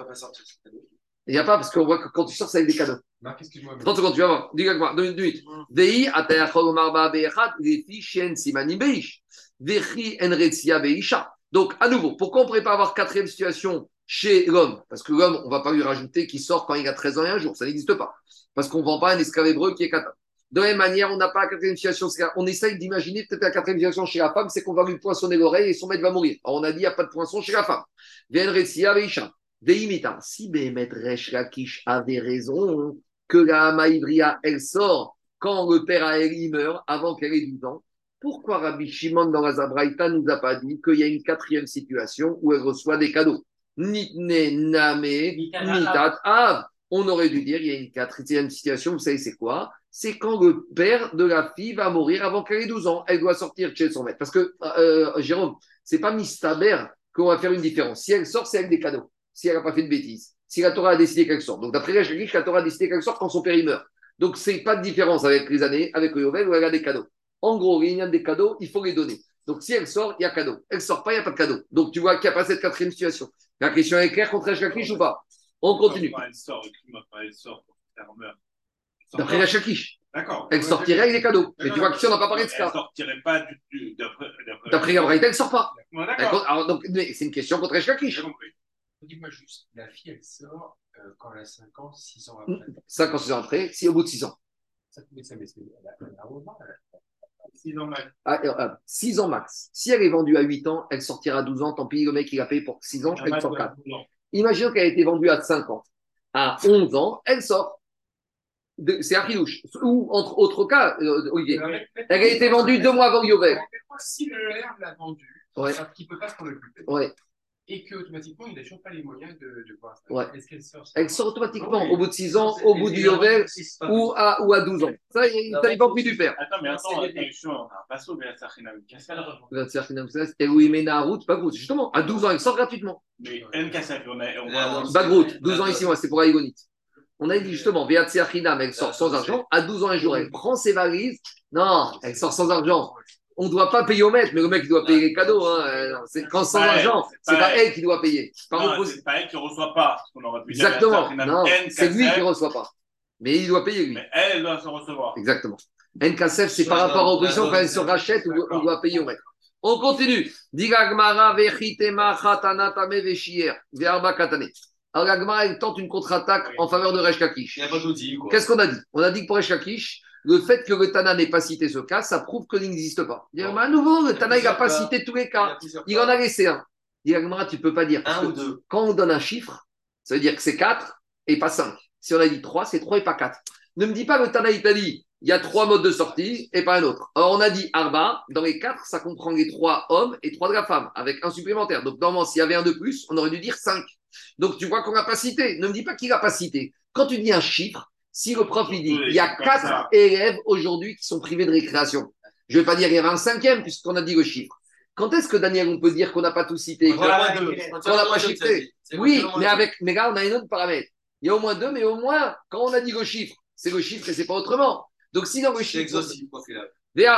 Il n'y a pas, parce qu'on voit que quand tu sors, c'est avec des cadeaux. Marc, excuse-moi. mais- trente secondes, tu vas voir. Dis-moi, deux minutes. Vei atayachogomar arba be'echad, lefi shen simanim beish. Vechi enretzia beisha. Donc, à nouveau, pourquoi on ne pourrait pas avoir quatrième situation chez l'homme? Parce que l'homme, on ne va pas lui rajouter qu'il sort quand il a treize ans et un jour. Ça n'existe pas. Parce qu'on ne vend pas un esclave hébreu qui est kata. De la même manière, on n'a pas la quatrième situation. On essaye d'imaginer peut-être la quatrième situation chez la femme, c'est qu'on va lui poinçonner l'oreille et son maître va mourir. Alors, on a dit, il n'y a pas de poinçon chez la femme. Vien Retsia Veisha. Veimita. Si Behemet Resh Lakish avait raison, que la Maïvria, elle sort quand le père à elle, il meurt, avant qu'elle ait douze ans, pourquoi Rabbi Shimon dans la Zabraïta nous a pas dit qu'il y a une quatrième situation où elle reçoit des cadeaux? Nitne Name Nitat Av. On aurait dû dire il y a une quatrième situation, vous savez c'est quoi? C'est quand le père de la fille va mourir avant qu'elle ait douze ans. Elle doit sortir chez son maître. Parce que, euh, Jérôme, c'est pas Mistaber qu'on va faire une différence. Si elle sort, c'est avec des cadeaux. Si elle n'a pas fait de bêtises. Si la Torah a décidé qu'elle sort. Donc d'après Rach Lakish, la Torah a décidé qu'elle sort quand son père il meurt. Donc c'est pas de différence avec les années, avec le Yovel où elle a des cadeaux. En gros, il y a des cadeaux, il faut les donner. Donc si elle sort, il y a cadeau. Elle sort pas, il n'y a pas de cadeau. Donc tu vois qu'il n'y a pas cette quatrième situation. La question est claire contre Rach Lakish ou pas? On continue. Quand elle sort, excuse-moi, quand elle sort, quand elle meurt. D'après Rach Lakish. D'accord. Elle sortirait avec des cadeaux. Mais tu vois qu'ici, on n'a pas parlé de ça. Elle sortirait pas du, du, d'après. D'après Gabriel, elle ne sort pas. Bon, Elle- d'accord. alors, donc, mais c'est une question contre Rach Lakish. J'ai compris. Dis-moi juste, la fille, elle sort euh, quand elle a cinq ans, six ans après. cinq ans, six ans après, si au bout de six ans. Ça mais ça, mais c'est- elle a- elle a un moment, elle a- six ans max. Ah, euh, euh, six ans max. Si elle est vendue à huit ans, elle sortira à douze ans. Tant pis, le mec, il a payé pour six ans, elle sort quatre. Non. Imaginons qu'elle a été vendue à cinq ans. À onze ans, elle sort. De- C'est un filouche. Ou, entre autres cas, euh, Olivier, elle a été vendue deux mois avant Yovel. Si le R l'a vendu, Ouais. sauf qu'il ne peut pas s'en occuper, Ouais. et qu'automatiquement, il n'a toujours pas les moyens de, de voir ça. Ouais. Est-ce qu'elle sort Elle sort automatiquement au bout de six ans, au bout du Yovel ou à, ou à douze ans. Ça, il- ça dépend plus du père. Attends, mais attends, attention, on a un passo, mais ça n'a Et oui, mais Narout, pas Groot. Justement, à douze ans, elle sort gratuitement. Mais N K S F, on a. on Ah, a- non. Bagrout, douze ans ici, moi, c'est pour Aïgonite. On a dit justement, Veatsia Chinam, elle sort sans argent. À douze ans un jour, elle prend ses valises. Non, elle sort sans argent. On ne doit pas payer au maître, mais le mec, il doit payer les cadeaux. Hein. Euh, c'est- Quand sans pas elle, argent, c'est c'est pas pas elle. elle qui doit payer. Par Non, opposé- c'est pas elle qui ne reçoit pas. Parce qu'on aurait pu dire Exactement. N K S F, Non, N K S F, c'est lui qui ne reçoit pas. Mais il doit payer, lui. Mais elle, elle doit se recevoir. Exactement. N K S F, c'est Ça, par ça, rapport aux ça, positions ça, quand elle ça, se rachète, on doit- on d'accord. doit payer au maître. On continue. Diga Gmara vechitema chatana tame veshier. Verba katane. Alors la Gemara, elle tente une contre-attaque en faveur de Resh Lakish. Il n'y a pas d'outil, quoi. Qu'est-ce qu'on a dit? On a dit que pour Resh Lakish, le fait que le Tana n'ait pas cité ce cas, ça prouve qu'il n'existe pas. Il dit, Non. mais à nouveau, le Il y a Tana, il n'a plusieurs pas cas. cité tous les Il y a cas. plusieurs Il cas. en a laissé un. Il dit, Gemara, tu ne peux pas dire. Parce Un ou que deux. quand on donne un chiffre, ça veut dire que c'est quatre et pas cinq. Si on a dit trois, c'est trois et pas quatre. Ne me dis pas que le Tana, il t'a dit, il y a trois modes de sortie et pas un autre. Alors, on a dit Arba, dans les quatre, ça comprend les trois hommes et trois de la femme, avec un supplémentaire. Donc, normalement, s'il y avait un de plus, on aurait dû dire cinq. Donc, tu vois qu'on n'a pas cité. Ne me dis pas qu'il n'a pas cité. Quand tu dis un chiffre, si le prof il dit il y a quatre élèves aujourd'hui qui sont privés de récréation, je ne vais pas dire il y avait un cinquième puisqu'on a dit le chiffre. Quand est-ce que Daniel, on peut dire qu'on n'a pas tout cité, Voilà, qu'on deux. n'a pas chiffré? Oui, mais, avec, mais là, on a un autre paramètre. Il y a au moins deux, mais au moins, quand on a dit le chiffre, c'est le chiffre et c'est pas autrement. Donc, si dans le C'est chiffre. exhaustif, quoi, Philip.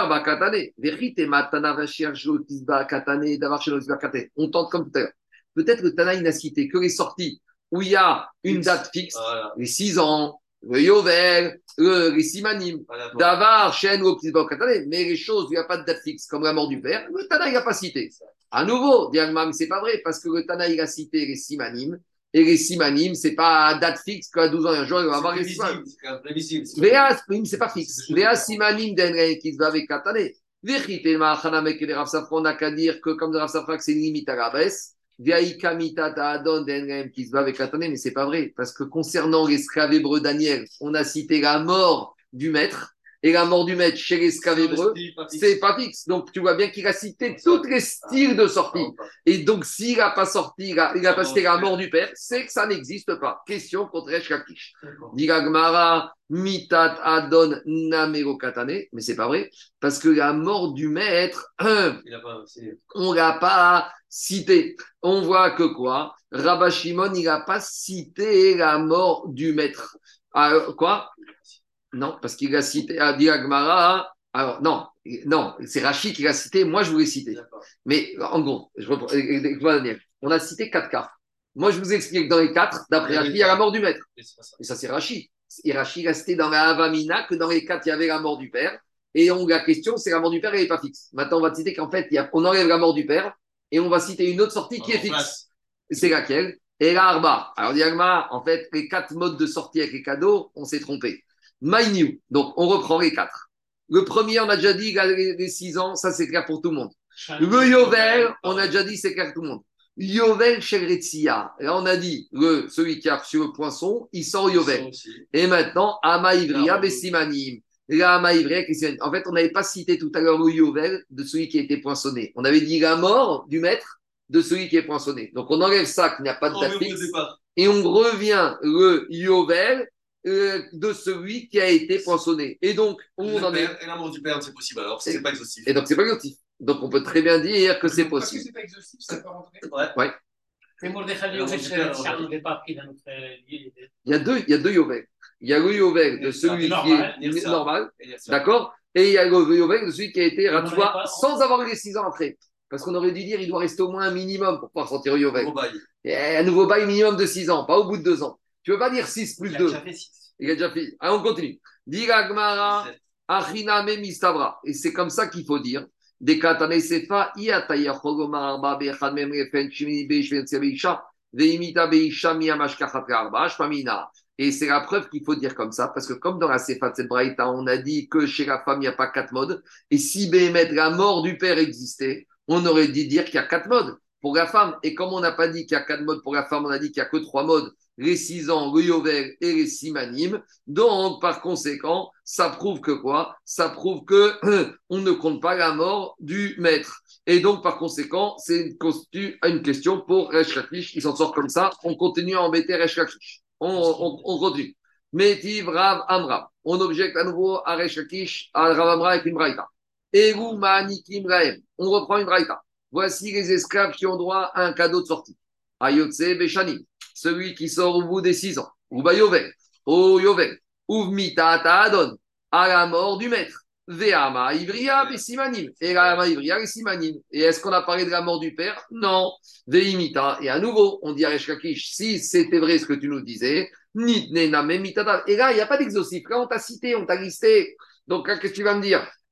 On tente comme tout à l'heure. Peut-être que Tana n'a cité que les sorties où il y a une date fixe, Voilà. les six ans, le Yovel, le, les Simanim, Voilà. Davar, Shen, Optisba, Katane, mais les choses où il n'y a pas de date fixe, comme la mort du père, le Tana il n'a pas cité. À nouveau, Diagmam, c'est pas vrai, parce que le Tana il a cité les Simanim, et les Simanim, c'est pas à date fixe qu'à douze ans, un jour, il va avoir les Simanim. C'est quand même prévisible. Véa, c'est pas fixe. Véa Simanim d'Enren qui se va avec Katane. Vérité, Mahanamek et les Rav Safra, on n'a qu'à dire que comme le Rav Safra, que c'est une limite à la baisse. Véaïka Mitata Adon d'Enren qui se va avec Katane, mais c'est pas vrai. Parce que concernant l'esclave hébreu Daniel, on a cité la mort du maître. Et la mort du maître chez l'esclave hébreu, c'est pas fixe. Donc tu vois bien qu'il a cité tous les styles de sortie. Et donc s'il n'a pas sorti, il n'a pas cité la mort du père, c'est que ça n'existe pas. Question contre Resh Lakish. Digagmara, Mitat Adon Namero Katane, mais c'est pas vrai. Parce que la mort du maître, Il a pas, c'est- on ne l'a pas cité. On voit que quoi? Rabba Shimon, il n'a pas cité la mort du maître. Alors, quoi? Non, parce qu'il a cité à Diagmara. Alors, non, non, c'est Rachid qui l'a cité. Moi, je voulais citer. D'accord. Mais en gros, je reprends, écoute-moi, Daniel. On a cité quatre cas. Moi, je vous explique que dans les quatre, d'après Rachid, il y a la mort du maître. Mais c'est pas ça. Et ça, c'est Rachid. Et Rachid a cité dans la Avamina que dans les quatre, il y avait la mort du père. Et on, la question, c'est la mort du père, elle n'est pas fixe. Maintenant, on va citer qu'en fait, il y a, on enlève la mort du père et on va citer une autre sortie qui En est fixe. place. C'est laquelle? Et la Arba. Alors, Diagma, en fait, les quatre modes de sortie avec les cadeaux, on s'est trompé. My New. Donc, on reprend les quatre. Le premier, on a déjà dit, les six ans, ça c'est clair pour tout le monde. Le Yovel, on a déjà dit, c'est clair pour tout le monde. Yovel Shegretsia. Là, on a dit, le, celui qui a reçu le poisson, il sort Yovel. Et maintenant, Ama Ivria Bessimanim. La Ama Ivria Bessimanim. En fait, on n'avait pas cité tout à l'heure le Yovel de celui qui a été poinçonné. On avait dit la mort du maître de celui qui est poinçonné. Donc, on enlève ça, qu'il n'y a pas de On date met au fixe. départ. Et on revient le Yovel euh, de celui qui a été poinçonné. Et donc, on Le en est. père et la mort du père, c'est possible alors, c'est pas exhaustif. Et donc, c'est pas exhaustif. Donc, on peut très bien dire que c'est Parce que possible. c'est pas exhaustif, ça peut rentrer. Ouais. Ouais. Mais Mordechai Yovel, ça n'avait pas pris dans notre livre. Il y a deux, il y a deux Yovel. Il y a le Yovel de celui Normal. qui est normal, Et il y a ça. d'accord? Et il y a le Yovel de celui qui a été, On tu aurait vois, pas- sans avoir eu les six ans après. Parce qu'on aurait dû dire il doit rester au moins un minimum pour pouvoir sortir au Yovel. Gros bail. Et un nouveau bail minimum de six ans, pas au bout de deux ans. Tu veux pas dire six plus Il a deux? déjà fait six. Il a déjà fait. Allez, on continue. Diga Gmara, Achiname Mistavra. Et c'est comme ça qu'il faut dire. Des katane sefa, iataya chogomar arba be'echad mem refen shimini be'ishven sebeisha, ve'imita be'isha miyamashkachat arba, shpamina. Et c'est la preuve qu'il faut dire comme ça, parce que comme dans la sefa de cette braïta, on a dit que chez la femme, il n'y a pas quatre modes. Et si Béhémet, la mort du père existait, on aurait dû dire qu'il y a quatre modes pour la femme. Et comme on n'a pas dit qu'il y a quatre modes pour la femme, on a dit qu'il n'y a que trois modes, les six ans, le yovel et les simanim. Donc, par conséquent, ça prouve que quoi? Ça prouve que on ne compte pas la mort du maître. Et donc, par conséquent, c'est constitue une question pour Resh Lakish. Il s'en sort comme ça. On continue à embêter Resh Lakish. On, on, on continue. Métiv Rav Amra. On objecte à nouveau à Resh Lakish, à Rav Amra avec une braïta. Eru Manikim Rahem. On reprend une braïta. Voici les esclaves qui ont droit à un cadeau de sortie. Ayotse Beshanim. Celui qui sort au bout des six ans. Ou Bayovel. Ou Yovel. Ou Mita Adon. À la mort du maître. Veama Ivria Bessimanim. Et la Ama Ivria Bessimanim. Et est-ce qu'on a parlé de la mort du père? Non. Veimita. Et à nouveau, on dit à Resh Lakish, si c'était vrai ce que tu nous disais, Nitne Name Mitata. Et là, il n'y a pas d'exhaustif. Là, on t'a cité, on t'a listé. Donc, là, qu'est-ce que tu vas me dire?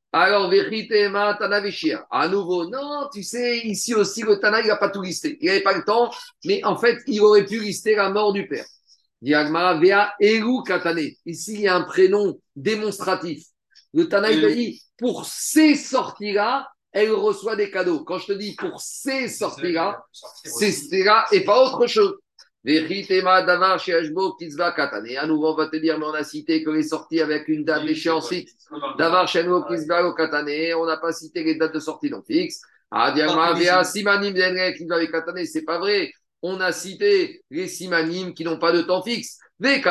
Alors, Vechitema Tanaveshia. À nouveau, non, tu sais, ici aussi, le Tana, il n'a pas tout listé. Il n'avait pas le temps, mais en fait, il aurait pu lister la mort du père. Diagmara Vea Eru Katane. Ici, il y a un prénom démonstratif. Le Tana, il a dit, pour ces sorties-là, elle reçoit des cadeaux. Quand je te dis pour ces sorties-là, c'est cela et pas autre chose. Vechitema Davar Sheashbo Kizva Katane. À nouveau, on va te dire, mais on a cité que les sorties avec une date d'échéance fixe. Davar Sheashbo Kizva Katane. On n'a pas cité les dates de sortie non fixes. Ah, Diagmara Vea Simanim Denre Kizva Katane. C'est pas vrai. On a cité les simanim qui n'ont pas de temps fixe. On va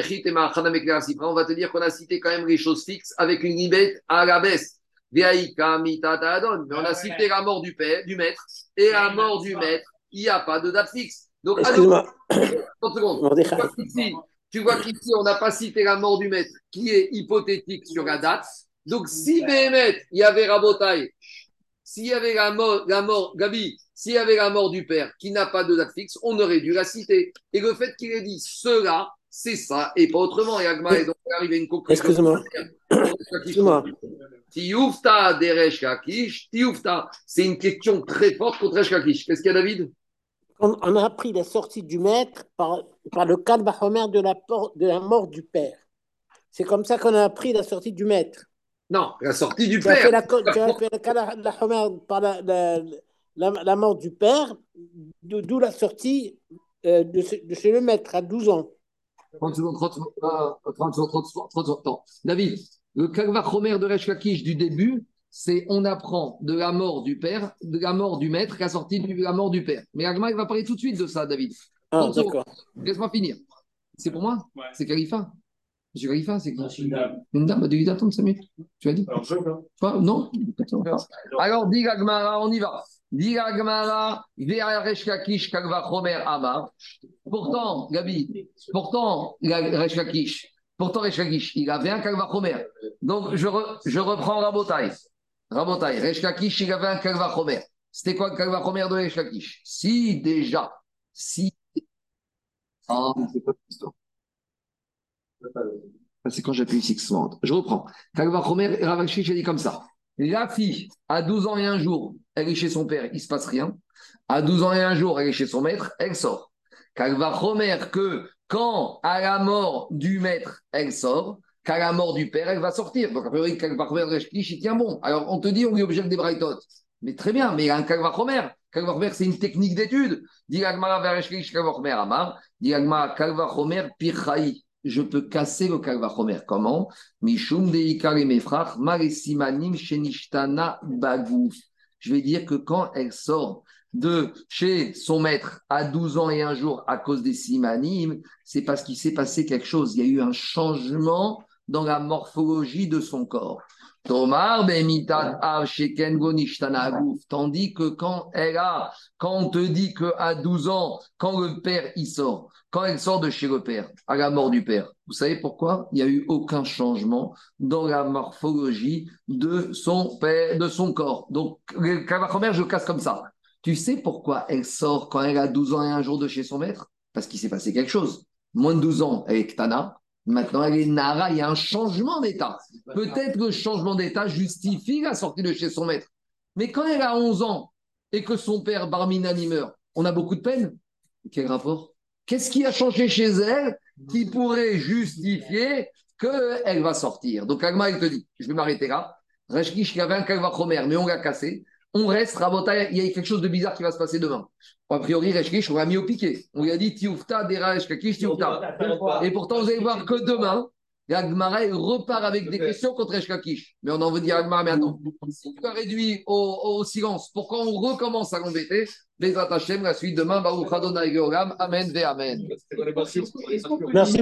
te dire qu'on a cité quand même les choses fixes avec une limite à la baisse. Mais on a cité la mort du père, du maître, et la mort du maître, il n'y a pas de date fixe. Donc, Excuse-moi. trente secondes. Tu vois qu'ici, tu vois qu'ici, on n'a pas cité la mort du maître qui est hypothétique sur la date. Donc, si Béhémet, il y avait Rabotaï, s'il y avait la mort, la mort, Gabi, s'il y avait la mort du père qui n'a pas de date fixe, on aurait dû la citer. Et le fait qu'il ait dit cela, c'est ça, et pas autrement. Et Agma est donc arrivé à une conclusion. Excuse-moi. Excuse-moi. Tioufta deresh kakish, Tioufta. C'est une question très forte contre Resh Kakish. Qu'est-ce qu'il y a, David? On, on a appris la sortie du maître par, par le cas de Bahomer de la, por- de la mort du père. C'est comme ça qu'on a appris la sortie du maître. Non, la sortie du Tu as père. fait, la, co- tu as fait le cas de la Homer par la, la, la, la mort du père, d'o- d'où la sortie euh, de, ce- de chez le maître à douze ans. trente secondes, trente secondes, euh, trente secondes, trente secondes, trente secondes. Attends. David, le Kalvachomer de Resh Lakish du début, c'est on apprend de la mort du père, de la mort du maître, qu'à sortie de la mort du père. Mais Agma, il va parler tout de suite de ça, David. Ah, trente secondes. d'accord. Laisse-moi finir. C'est pour moi? Ouais. C'est Khalifa. Monsieur Khalifa, c'est Non, c'est une dame. une dame, bah, de attendre cinq minutes. Tu as dit? Alors, je veux pas. Pas- Non? Alors, dis Agmara, on y va. Dis Agmara, Vea Resh Lakish Kalvachomer Amar. Pourtant, Gabi, pourtant, il a Resh Lakish, pourtant Resh Lakish, il avait un Kalvachomer. Donc, je, re- je reprends Rabotai. Rabotai, Resh Lakish, il avait un Kalvachomer. C'était quoi le Kalvachomer de Resh Lakish? Si déjà, si. Ah, mais c'est pas l'histoire. C'est quand j'appuie ici que ça rentre. Je reprends. Kalvachomer, Ravashi, j'ai dit comme ça. La fille, à douze ans et un jour, elle est chez son père, il ne se passe rien. À douze ans et un jour, elle est chez son maître, elle sort. Kalvachomer, que quand à la mort du maître, elle sort, qu'à la mort du père, elle va sortir. Donc, a priori, Kalvachomer Reshkish, il tient bon. Alors, on te dit, on lui objecte des braïtot. Mais très bien, mais il y a un Kalvachomer. Kalvachomer, c'est une technique d'étude. Dit Agmara Vereshkish Kalvachomer Amar. Dit Agmara Kalvachomer Pirchaï. Je peux casser le Kalvachomer. Comment? Mishum deikar emefrach maresimanim shenishtana bagouf. Je vais dire que quand elle sort de chez son maître à douze ans et un jour à cause des simanim, c'est parce qu'il s'est passé quelque chose. Il y a eu un changement dans la morphologie de son corps. Tomar bemitat av sheken gonishtana agouf. Tandis que quand elle a, quand on te dit qu'à douze ans, quand le père y sort, quand elle sort de chez le père, à la mort du père, vous savez pourquoi? Il n'y a eu aucun changement dans la morphologie de son père, de son corps. Donc, le Kalvachomer, je le casse comme ça. Tu sais pourquoi elle sort quand elle a douze ans et un jour de chez son maître? Parce qu'il s'est passé quelque chose. Moins de douze ans, elle est Ktana. Maintenant, elle est Nara. Il y a un changement d'état. Peut-être que le changement d'état justifie la sortie de chez son maître. Mais quand elle a onze ans et que son père, Barminani, meurt, on a beaucoup de peine. Quel rapport? Qu'est-ce qui a changé chez elle qui pourrait justifier qu'elle va sortir? Donc, Agma, il te dit, je vais m'arrêter là. Reshkish, il y avait un Kalvachomer, mais on l'a cassé. On reste, Rabota, il y a quelque chose de bizarre qui va se passer demain. A priori, Reshkish, on l'a mis au piqué. On lui a dit, Tioufta, Dera, Reshkish, Tioufta. Et pourtant, vous allez voir que demain, Agmara repart avec des questions contre Reshkish. Mais on en veut dire à Agmara, mais attends, si tu as réduit au, au silence, pourquoi on recommence à l'embêter? Bezrat Hashem, la suite demain, Baruch Adonai Geolam, Amen ve Amen. Merci.